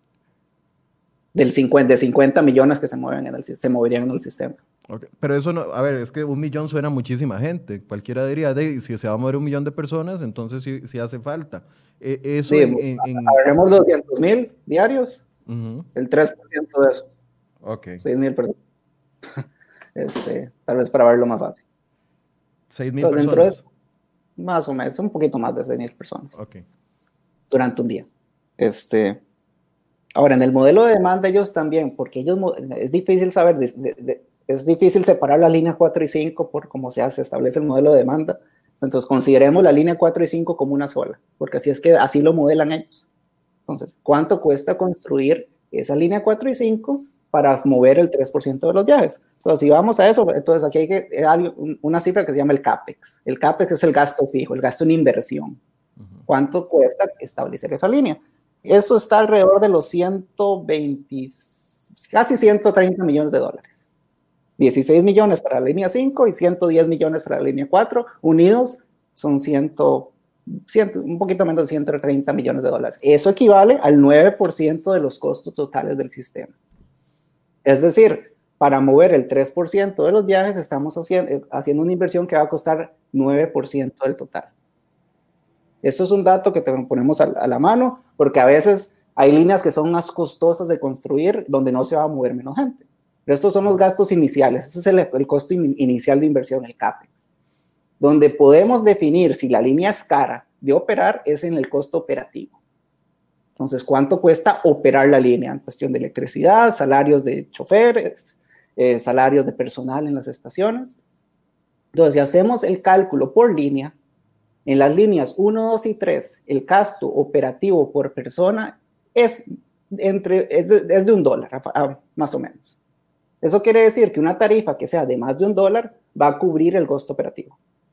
De 50 millones que se moverían en el sistema. Okay. Pero eso no, a ver, es que 1.000.000 suena a muchísima gente. Cualquiera diría, si se va a mover 1.000.000 de personas, entonces sí hace falta. Eso sí, haremos 200.000 diarios, el 3% de eso. Ok. 6.000 personas. Tal vez para verlo más fácil. 6.000 personas. Más o menos, un poquito más de 6.000 personas. Ok. Durante un día. Ahora, en el modelo de demanda ellos también, porque es difícil saber, es difícil separar la línea 4 y 5 por cómo se establece el modelo de demanda. Entonces, consideremos la línea 4 y 5 como una sola, porque así lo modelan ellos. Entonces, ¿cuánto cuesta construir esa línea 4 y 5 para mover el 3% de los viajes? Entonces, si vamos a eso, entonces aquí hay una cifra que se llama el CAPEX. El CAPEX es el gasto fijo, el gasto en inversión. ¿Cuánto cuesta establecer esa línea? Eso está alrededor de los 120, casi 130 millones de dólares. 16 millones para la línea 5 y 110 millones para la línea 4. Unidos son un poquito menos de 130 millones de dólares. Eso equivale al 9% de los costos totales del sistema. Es decir, para mover el 3% de los viajes estamos haciendo una inversión que va a costar 9% del total. Esto es un dato que te ponemos a la mano, porque a veces hay líneas que son más costosas de construir donde no se va a mover menos gente. Pero estos son los gastos iniciales, ese es el costo inicial de inversión, el CAPEX. Donde podemos definir si la línea es cara de operar es en el costo operativo. Entonces, ¿cuánto cuesta operar la línea? En cuestión de electricidad, salarios de choferes, salarios de personal en las estaciones. Entonces, si hacemos el cálculo por línea, en las líneas 1, 2 y 3, el gasto operativo por persona es de $1, más o menos. Eso quiere decir que una tarifa que sea de más de $1 va a cubrir el costo operativo.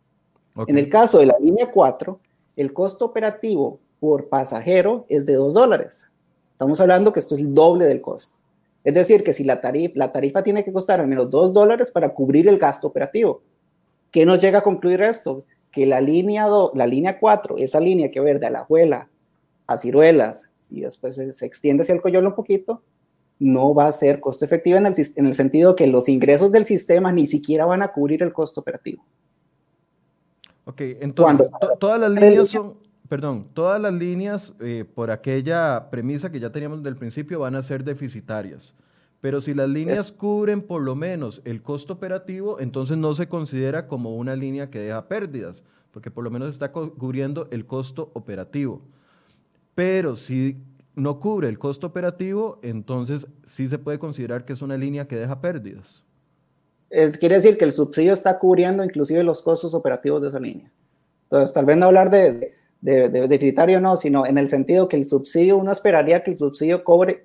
Ok. En el caso de la línea 4, el costo operativo por pasajero es de $2. Estamos hablando que esto es el doble del costo. Es decir, que si la tarifa tiene que costar al menos $2 para cubrir el gasto operativo. ¿Qué nos llega a concluir esto? Que la línea 4, esa línea que va de Alajuela a Ciruelas y después se extiende hacia el Coyol un poquito, no va a ser costo efectiva en el sentido que los ingresos del sistema ni siquiera van a cubrir el costo operativo. Ok, entonces, todas las líneas son, todas las líneas, por aquella premisa que ya teníamos desde el principio, van a ser deficitarias. Pero si las líneas cubren por lo menos el costo operativo, entonces no se considera como una línea que deja pérdidas, porque por lo menos está cubriendo el costo operativo. Pero si no cubre el costo operativo, entonces sí se puede considerar que es una línea que deja pérdidas. Quiere decir que el subsidio está cubriendo inclusive los costos operativos de esa línea. Entonces, tal vez no hablar de deficitario no, sino en el sentido que el subsidio, uno esperaría que el subsidio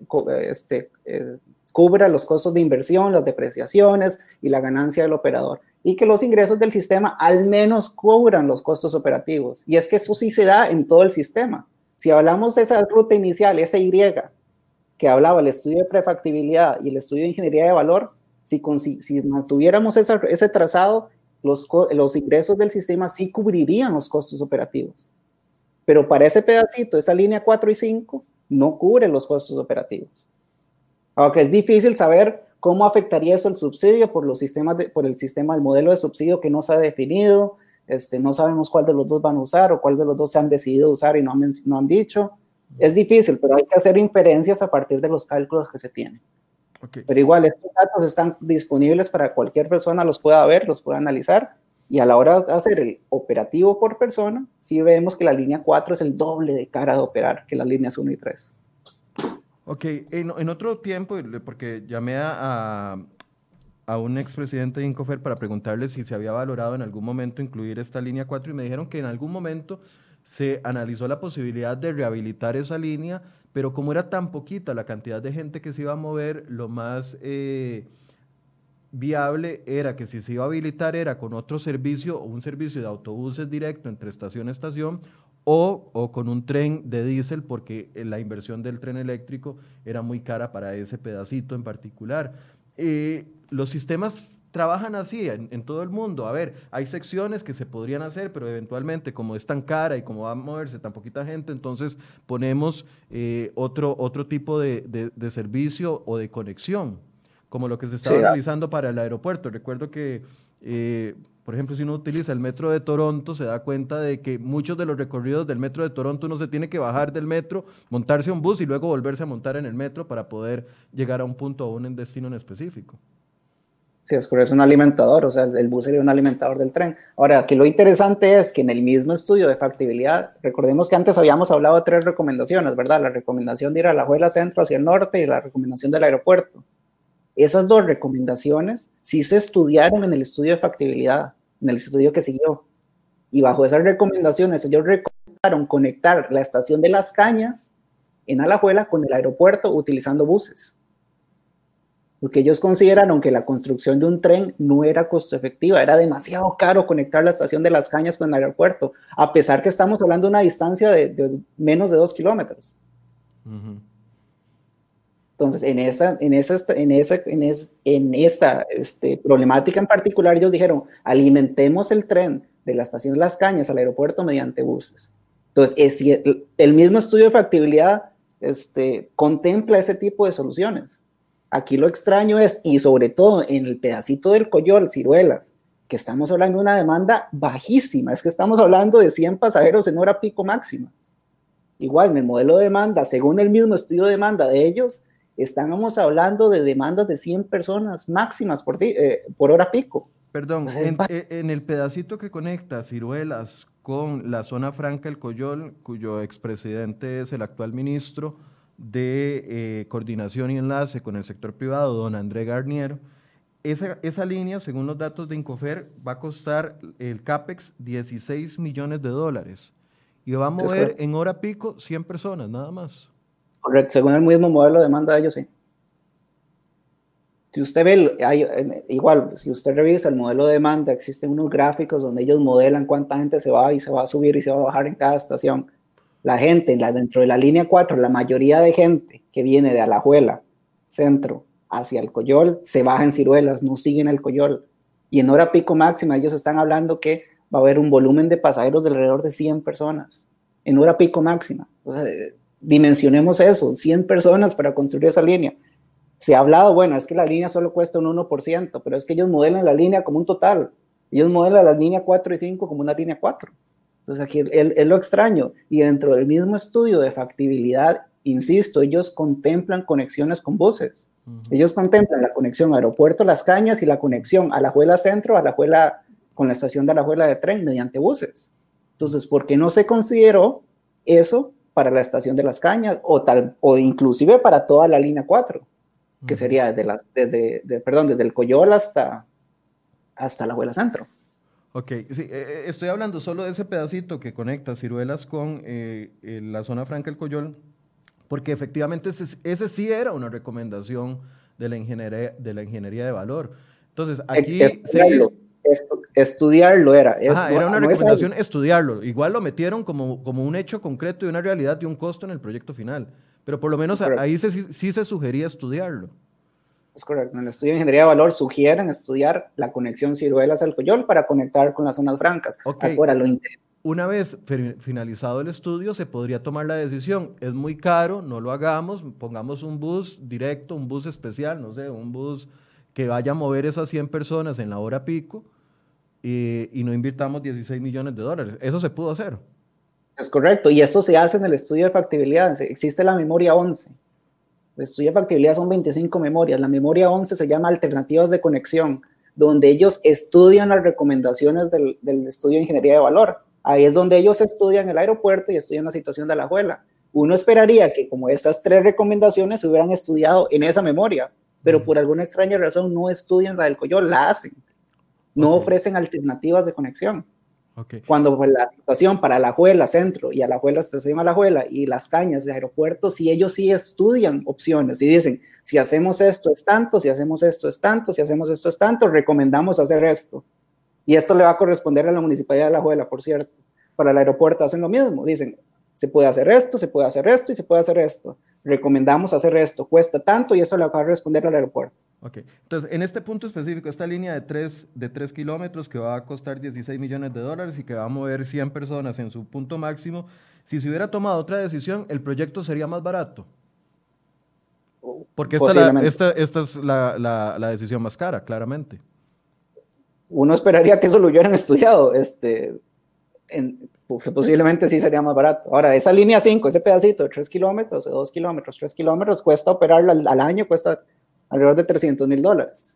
cubra los costos de inversión, las depreciaciones y la ganancia del operador, y que los ingresos del sistema al menos cubran los costos operativos. Y es que eso sí se da en todo el sistema. Si hablamos de esa ruta inicial, esa Y, que hablaba el estudio de prefactibilidad y el estudio de ingeniería de valor, si mantuviéramos ese trazado, los ingresos del sistema sí cubrirían los costos operativos. Pero para ese pedacito, esa línea 4 y 5, no cubre los costos operativos. Aunque es difícil saber cómo afectaría eso el subsidio por el sistema del modelo de subsidio que no se ha definido, no sabemos cuál de los dos van a usar o cuál de los dos se han decidido usar y no han dicho. Es difícil, pero hay que hacer inferencias a partir de los cálculos que se tienen. Okay. Pero igual, estos datos están disponibles para cualquier persona, los pueda ver, los pueda analizar, y a la hora de hacer el operativo por persona, sí vemos que la línea 4 es el doble de cara de operar que las líneas 1 y 3. Ok, en otro tiempo, porque llamé a un expresidente de Incofer para preguntarle si se había valorado en algún momento incluir esta línea 4 y me dijeron que en algún momento se analizó la posibilidad de rehabilitar esa línea, pero como era tan poquita la cantidad de gente que se iba a mover, lo más viable era que si se iba a habilitar era con otro servicio o un servicio de autobuses directo entre estación a estación o con un tren de diésel porque la inversión del tren eléctrico era muy cara para ese pedacito en particular. Los sistemas trabajan así en todo el mundo. A ver, hay secciones que se podrían hacer, pero eventualmente como es tan cara y como va a moverse tan poquita gente, entonces ponemos otro tipo de servicio o de conexión, como lo que se estaba realizando para el aeropuerto. Recuerdo que, por ejemplo, si uno utiliza el metro de Toronto, se da cuenta de que muchos de los recorridos del metro de Toronto uno se tiene que bajar del metro, montarse a un bus y luego volverse a montar en el metro para poder llegar a un punto o un destino en específico. Sí, es un alimentador, o sea, el bus sería un alimentador del tren. Ahora, aquí lo interesante es que en el mismo estudio de factibilidad, recordemos que antes habíamos hablado de 3 recomendaciones, ¿verdad? La recomendación de ir a Alajuela Centro hacia el norte y la recomendación del aeropuerto. Esas 2 recomendaciones sí se estudiaron en el estudio de factibilidad, en el estudio que siguió. Y bajo esas recomendaciones, ellos recomendaron conectar la estación de Las Cañas en Alajuela con el aeropuerto utilizando buses. Porque ellos consideraron que la construcción de un tren no era costo efectiva, era demasiado caro conectar la estación de Las Cañas con el aeropuerto, a pesar que estamos hablando de una distancia de menos de 2 kilómetros. Entonces, en esa problemática en particular, ellos dijeron, alimentemos el tren de la estación de Las Cañas al aeropuerto mediante buses. Entonces, el mismo estudio de factibilidad contempla ese tipo de soluciones. Aquí lo extraño es, y sobre todo en el pedacito del Coyol, Ciruelas, que estamos hablando de una demanda bajísima, es que estamos hablando de 100 pasajeros en hora pico máxima. Igual, en el modelo de demanda, según el mismo estudio de demanda de ellos, estábamos hablando de demandas de 100 personas máximas por hora pico. Perdón, en el pedacito que conecta Ciruelas con la zona franca del Coyol, cuyo expresidente es el actual ministro de Coordinación y Enlace con el sector privado, don André Garnier, esa línea, según los datos de Incofer, va a costar el CAPEX $16 millones y va a mover en hora pico 100 personas, nada más. Correcto, según el mismo modelo de demanda de ellos, sí. Si usted ve, igual, si usted revisa el modelo de demanda, existen unos gráficos donde ellos modelan cuánta gente se va y se va a subir y se va a bajar en cada estación. La gente dentro de la línea 4, la mayoría de gente que viene de Alajuela, centro, hacia el Coyol, se baja en Ciruelas, no siguen el Coyol. Y en hora pico máxima ellos están hablando que va a haber un volumen de pasajeros de alrededor de 100 personas. En hora pico máxima. O sea, dimensionemos eso, 100 personas para construir esa línea. Se ha hablado, bueno, es que la línea solo cuesta un 1%, pero es que ellos modelan la línea como un total. Ellos modelan la línea 4 y 5 como una línea 4. Entonces aquí es lo extraño. Y dentro del mismo estudio de factibilidad, insisto, ellos contemplan conexiones con buses. Ellos contemplan la conexión aeropuerto Las Cañas y la conexión Alajuela Centro, Alajuela con la estación de Alajuela de tren mediante buses. Entonces, ¿por qué no se consideró eso para la estación de Las Cañas o inclusive para toda la línea 4? Que sería desde el Coyol hasta la Alajuela Centro. Ok, sí, estoy hablando solo de ese pedacito que conecta Ciruelas con la zona franca del Coyol, porque efectivamente ese sí era una recomendación de la ingeniería de valor. Entonces, aquí estudiarlo era. Era una recomendación estudiarlo. Igual lo metieron como un hecho concreto y una realidad y un costo en el proyecto final. Pero por lo menos ahí sí se sugería estudiarlo. Es correcto. En el estudio de ingeniería de valor sugieren estudiar la conexión Ciruelas al Coyol para conectar con las zonas francas. Okay. Una vez finalizado el estudio, se podría tomar la decisión. Es muy caro, no lo hagamos, pongamos un bus directo, un bus especial, no sé, un bus que vaya a mover esas 100 personas en la hora pico y no invirtamos 16 millones de dólares. Eso se pudo hacer. Es correcto, y esto se hace en el estudio de factibilidad. Existe la memoria 11. El estudio de factibilidad son 25 memorias. La memoria 11 se llama alternativas de conexión, donde ellos estudian las recomendaciones del estudio de ingeniería de valor. Ahí es donde ellos estudian el aeropuerto y estudian la situación de Alajuela. Uno esperaría que como estas 3 recomendaciones se hubieran estudiado en esa memoria, pero por alguna extraña razón no estudian la del Coyol, la hacen. No ofrecen alternativas de conexión. Cuando pues, la situación para Alajuela Centro y Alajuela Estación Alajuela y Las Cañas de aeropuerto, si ellos sí estudian opciones y dicen, si hacemos esto es tanto, si hacemos esto es tanto, si hacemos esto es tanto, recomendamos hacer esto. Y esto le va a corresponder a la Municipalidad de Alajuela, por cierto. Para el aeropuerto hacen lo mismo, dicen, se puede hacer esto, se puede hacer esto y se puede hacer esto. Recomendamos hacer esto, cuesta tanto y eso le va a responder al aeropuerto. Ok, entonces en este punto específico, esta línea de 3 kilómetros que va a costar 16 millones de dólares y que va a mover 100 personas en su punto máximo, si se hubiera tomado otra decisión, el proyecto sería más barato. Porque esta es la decisión más cara, claramente. Uno esperaría que eso lo hubieran estudiado, posiblemente sí sería más barato. Ahora, esa línea 5, ese pedacito de 3 kilómetros, de 2 kilómetros, 3 kilómetros, cuesta operarlo al año, cuesta alrededor de $300,000.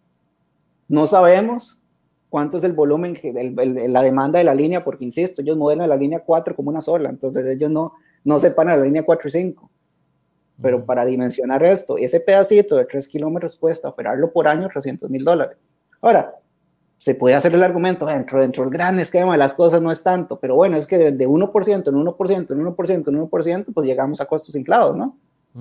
No sabemos cuánto es el volumen, la demanda de la línea, porque insisto, ellos modelan la línea 4 como una sola, entonces ellos no separan la línea 4 y 5. Pero para dimensionar esto, ese pedacito de 3 kilómetros cuesta operarlo por año $300,000. Ahora, se puede hacer el argumento, dentro del gran esquema de las cosas no es tanto, pero bueno, es que de 1% en 1%, en 1%, en 1%, pues llegamos a costos inflados, ¿no?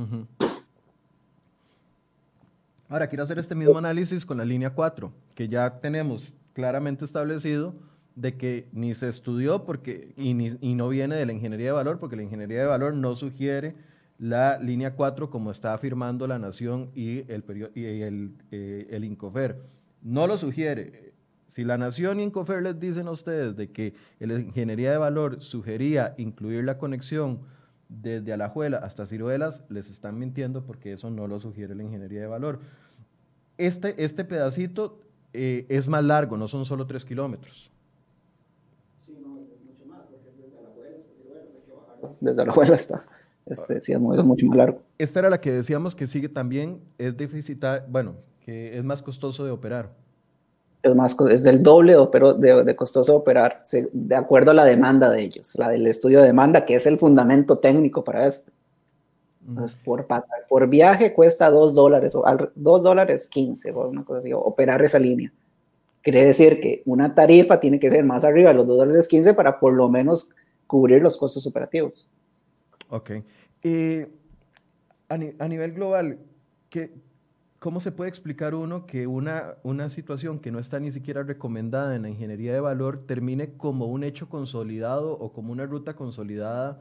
Ahora, quiero hacer este mismo análisis con la línea 4, que ya tenemos claramente establecido de que ni se estudió y no viene de la ingeniería de valor, porque la ingeniería de valor no sugiere la línea 4 como está afirmando la Nación y el Incofer. No lo sugiere. Si la Nación y Incofer les dicen a ustedes de que la ingeniería de valor sugería incluir la conexión desde Alajuela hasta Ciruelas, les están mintiendo porque eso no lo sugiere la ingeniería de valor. Este pedacito es más largo, no son solo 3 kilómetros. Sí, no, es mucho más, porque es desde Alajuela hasta Ciruelas, hay que bajarlo. Desde Alajuela hasta, sí, es mucho más largo. Esta era la que decíamos que sigue también, es deficitaria, bueno, que es más costoso de operar. Es del doble de costoso operar, de acuerdo a la demanda de ellos, la del estudio de demanda, que es el fundamento técnico para esto. Entonces, por viaje cuesta $2 o $2.15, o una cosa así, operar esa línea. Quiere decir que una tarifa tiene que ser más arriba de los $2.15 para por lo menos cubrir los costos operativos. Ok. A nivel global, ¿cómo se puede explicar uno que una situación que no está ni siquiera recomendada en la ingeniería de valor termine como un hecho consolidado o como una ruta consolidada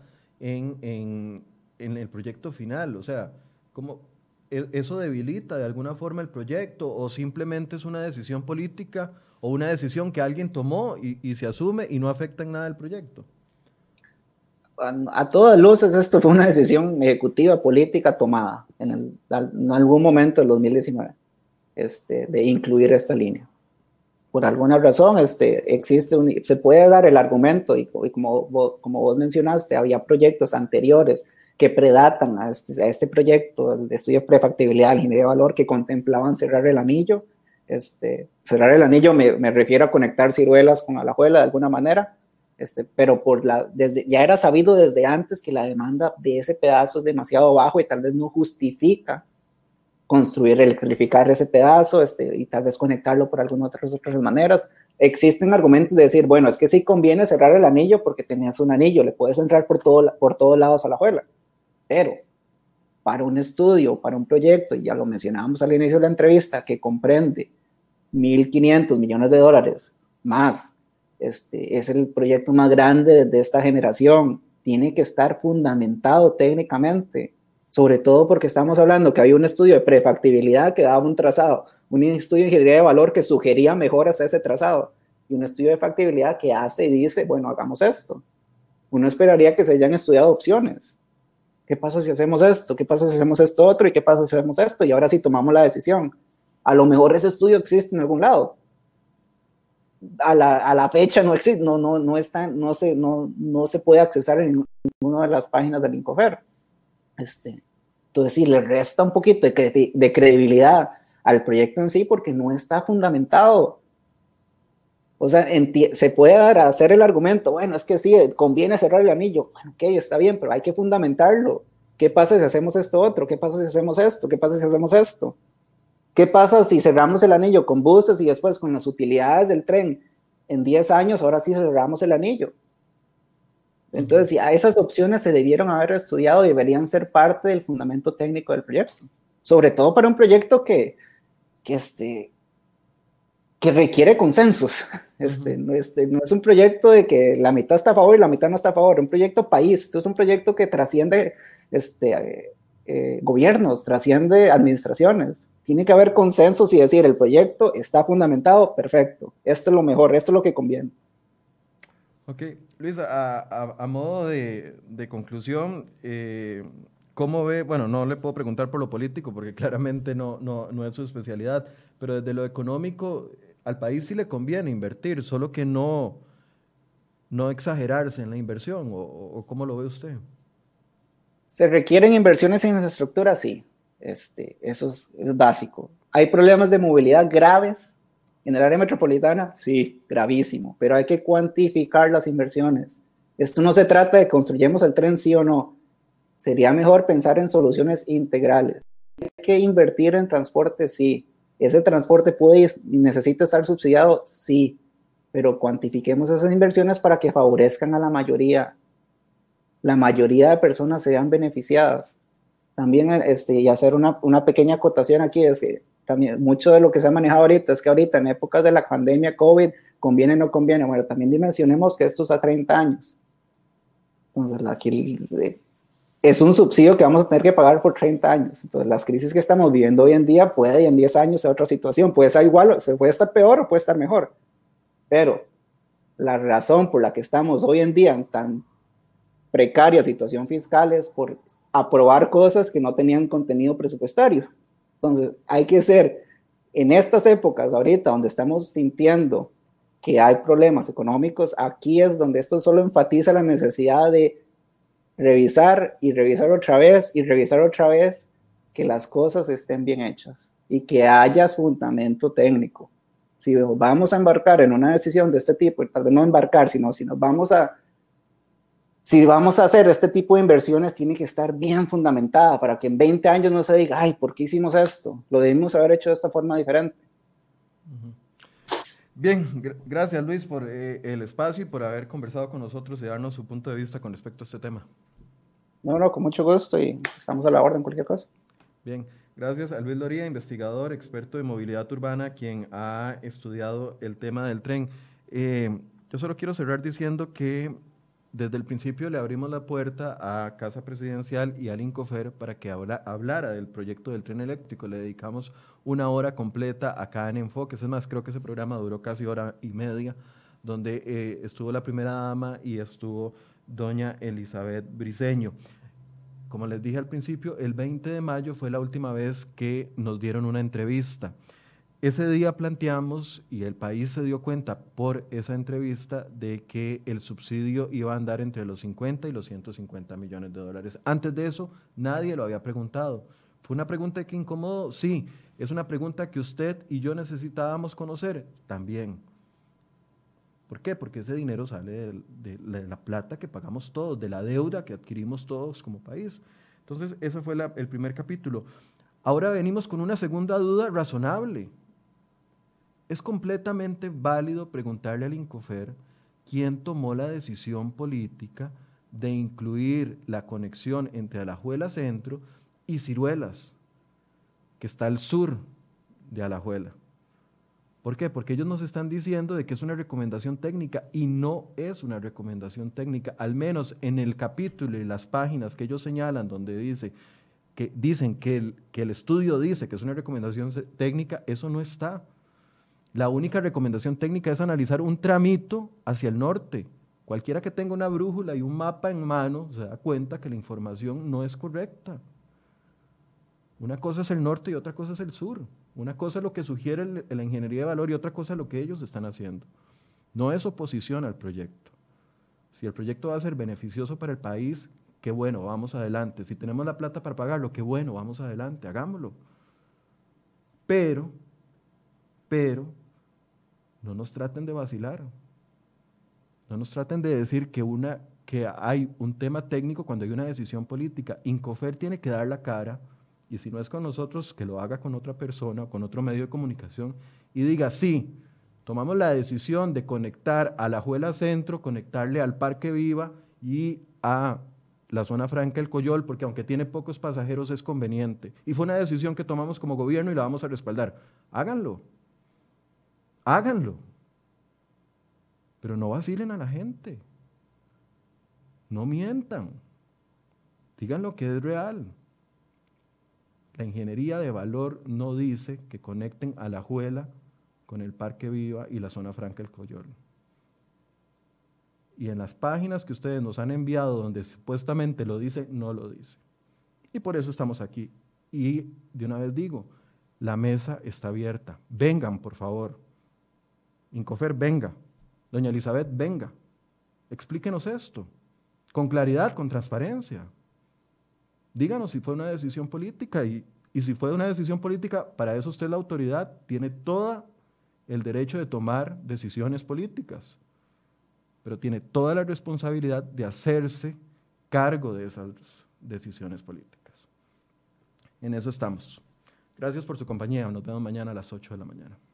en el proyecto final? O sea, ¿cómo eso debilita de alguna forma el proyecto o simplemente es una decisión política o una decisión que alguien tomó y se asume y no afecta en nada el proyecto? A todas luces esto fue una decisión ejecutiva política tomada en algún momento del 2019, de incluir esta línea. Por alguna razón se puede dar el argumento y como vos mencionaste, había proyectos anteriores que predatan a este proyecto, el de estudio de prefactibilidad de ingeniería de valor, que contemplaban cerrar el anillo. Cerrar el anillo me refiero a conectar ciruelas con Alajuela de alguna manera. Pero ya era sabido desde antes que la demanda de ese pedazo es demasiado bajo y tal vez no justifica electrificar ese pedazo y tal vez conectarlo por algunas otras maneras. Existen argumentos de decir, bueno, es que sí conviene cerrar el anillo porque tenías un anillo, le puedes entrar por todos lados a la Alajuela, pero para un estudio, para un proyecto, y ya lo mencionábamos al inicio de la entrevista, que comprende $1.500 millones más, es el proyecto más grande de esta generación, tiene que estar fundamentado técnicamente, sobre todo porque estamos hablando que había un estudio de prefactibilidad que daba un trazado, un estudio de ingeniería de valor que sugería mejoras a ese trazado, y un estudio de factibilidad que hace y dice, bueno, hagamos esto. Uno esperaría que se hayan estudiado opciones. ¿Qué pasa si hacemos esto? ¿Qué pasa si hacemos esto otro? ¿Y qué pasa si hacemos esto? Y ahora sí tomamos la decisión. A lo mejor ese estudio existe en algún lado. A la fecha no existe, no se puede accesar en ninguna de las páginas del INCOFER. Entonces sí, le resta un poquito de credibilidad al proyecto en sí porque no está fundamentado. O sea, se puede hacer el argumento, bueno, es que sí, conviene cerrar el anillo. Bueno, ok, está bien, pero hay que fundamentarlo. ¿Qué pasa si hacemos esto otro? ¿Qué pasa si hacemos esto? ¿Qué pasa si hacemos esto? ¿Qué pasa si cerramos el anillo con buses y después con las utilidades del tren en 10 años, ahora sí cerramos el anillo? Entonces, si a esas opciones se debieron haber estudiado, deberían ser parte del fundamento técnico del proyecto. Sobre todo para un proyecto que requiere consensos. No es un proyecto de que la mitad está a favor y la mitad no está a favor. Un proyecto país. Esto es un proyecto que trasciende gobiernos, trasciende administraciones. Tiene que haber consensos y decir, el proyecto está fundamentado, perfecto. Esto es lo mejor, esto es lo que conviene. Ok, Luis, a modo de conclusión, ¿cómo ve? Bueno, no le puedo preguntar por lo político porque claramente no es su especialidad, pero desde lo económico, al país sí le conviene invertir, solo que no exagerarse en la inversión, o ¿cómo lo ve usted? ¿Se requieren inversiones en infraestructura? Sí, eso es básico. ¿Hay problemas de movilidad graves en el área metropolitana? Sí, gravísimo, pero hay que cuantificar las inversiones. Esto no se trata de construyamos el tren sí o no. Sería mejor pensar en soluciones integrales. ¿Hay que invertir en transporte? Sí. ¿Ese transporte puede y necesita estar subsidiado? Sí, pero cuantifiquemos esas inversiones para que favorezcan a la mayoría de personas se vean beneficiadas. También, y hacer una pequeña acotación aquí, es que también mucho de lo que se ha manejado ahorita, es que ahorita en épocas de la pandemia COVID, conviene o no conviene. Bueno, también dimensionemos que esto es a 30 años. Entonces, aquí es un subsidio que vamos a tener que pagar por 30 años. Entonces, las crisis que estamos viviendo hoy en día puede en 10 años ser otra situación. Puede ser igual, se puede estar peor o puede estar mejor. Pero la razón por la que estamos hoy en día en tan precaria situación fiscal es por aprobar cosas que no tenían contenido presupuestario. Entonces, hay que ser, en estas épocas ahorita donde estamos sintiendo que hay problemas económicos, aquí es donde esto solo enfatiza la necesidad de revisar y revisar otra vez y revisar otra vez que las cosas estén bien hechas y que haya fundamento técnico. Si vamos a embarcar en una decisión de este tipo, y tal vez no embarcar, si vamos a hacer este tipo de inversiones, tiene que estar bien fundamentada para que en 20 años no se diga, ay, ¿por qué hicimos esto? Lo debimos haber hecho de esta forma diferente. Bien, gracias Luis por el espacio y por haber conversado con nosotros y darnos su punto de vista con respecto a este tema. No, con mucho gusto y estamos a la orden, cualquier cosa. Bien. Gracias a Luis Loría, investigador, experto de movilidad urbana, quien ha estudiado el tema del tren. Yo solo quiero cerrar diciendo que desde el principio le abrimos la puerta a Casa Presidencial y al Incofer para que hablara del proyecto del tren eléctrico. Le dedicamos una hora completa acá en Enfoques. Es más, creo que ese programa duró casi hora y media, donde estuvo la primera dama y estuvo doña Elizabeth Briceño. Como les dije al principio, el 20 de mayo fue la última vez que nos dieron una entrevista. Ese día planteamos, y el país se dio cuenta por esa entrevista, de que el subsidio iba a andar entre los 50 y los 150 millones de dólares. Antes de eso, nadie lo había preguntado. ¿Fue una pregunta que incomodó? Sí. ¿Es una pregunta que usted y yo necesitábamos conocer? También. ¿Por qué? Porque ese dinero sale de la plata que pagamos todos, de la deuda que adquirimos todos como país. Entonces, ese fue el primer capítulo. Ahora venimos con una segunda duda razonable. Es completamente válido preguntarle al Incofer quién tomó la decisión política de incluir la conexión entre Alajuela Centro y Ciruelas, que está al sur de Alajuela. ¿Por qué? Porque ellos nos están diciendo de que es una recomendación técnica y no es una recomendación técnica, al menos en el capítulo y las páginas que ellos señalan donde dicen que el estudio dice que es una recomendación técnica, eso no está. La única recomendación técnica es analizar un tramito hacia el norte. Cualquiera que tenga una brújula y un mapa en mano se da cuenta que la información no es correcta. Una cosa es el norte y otra cosa es el sur. Una cosa es lo que sugiere la ingeniería de valor y otra cosa es lo que ellos están haciendo. No es oposición al proyecto. Si el proyecto va a ser beneficioso para el país, qué bueno, vamos adelante. Si tenemos la plata para pagarlo, qué bueno, vamos adelante, hagámoslo. Pero, no nos traten de vacilar. No nos traten de decir que hay un tema técnico cuando hay una decisión política. Incofer tiene que dar la cara, y si no es con nosotros, que lo haga con otra persona o con otro medio de comunicación y diga, sí, tomamos la decisión de conectar a Alajuela Centro, conectarle al Parque Viva y a la zona franca del Coyol, porque aunque tiene pocos pasajeros es conveniente. Y fue una decisión que tomamos como gobierno y la vamos a respaldar. Háganlo. Háganlo. Pero no vacilen a la gente. No mientan. Digan lo que es real. La ingeniería de valor no dice que conecten Alajuela con el Parque Viva y la zona franca del Coyol. Y en las páginas que ustedes nos han enviado donde supuestamente lo dice, no lo dice. Y por eso estamos aquí. Y de una vez digo, la mesa está abierta. Vengan, por favor. Incofer, venga. Doña Elizabeth, venga. Explíquenos esto. Con claridad, con transparencia. Díganos si fue una decisión política y si fue una decisión política, para eso usted la autoridad tiene todo el derecho de tomar decisiones políticas, pero tiene toda la responsabilidad de hacerse cargo de esas decisiones políticas. En eso estamos. Gracias por su compañía. Nos vemos mañana a las 8 de la mañana.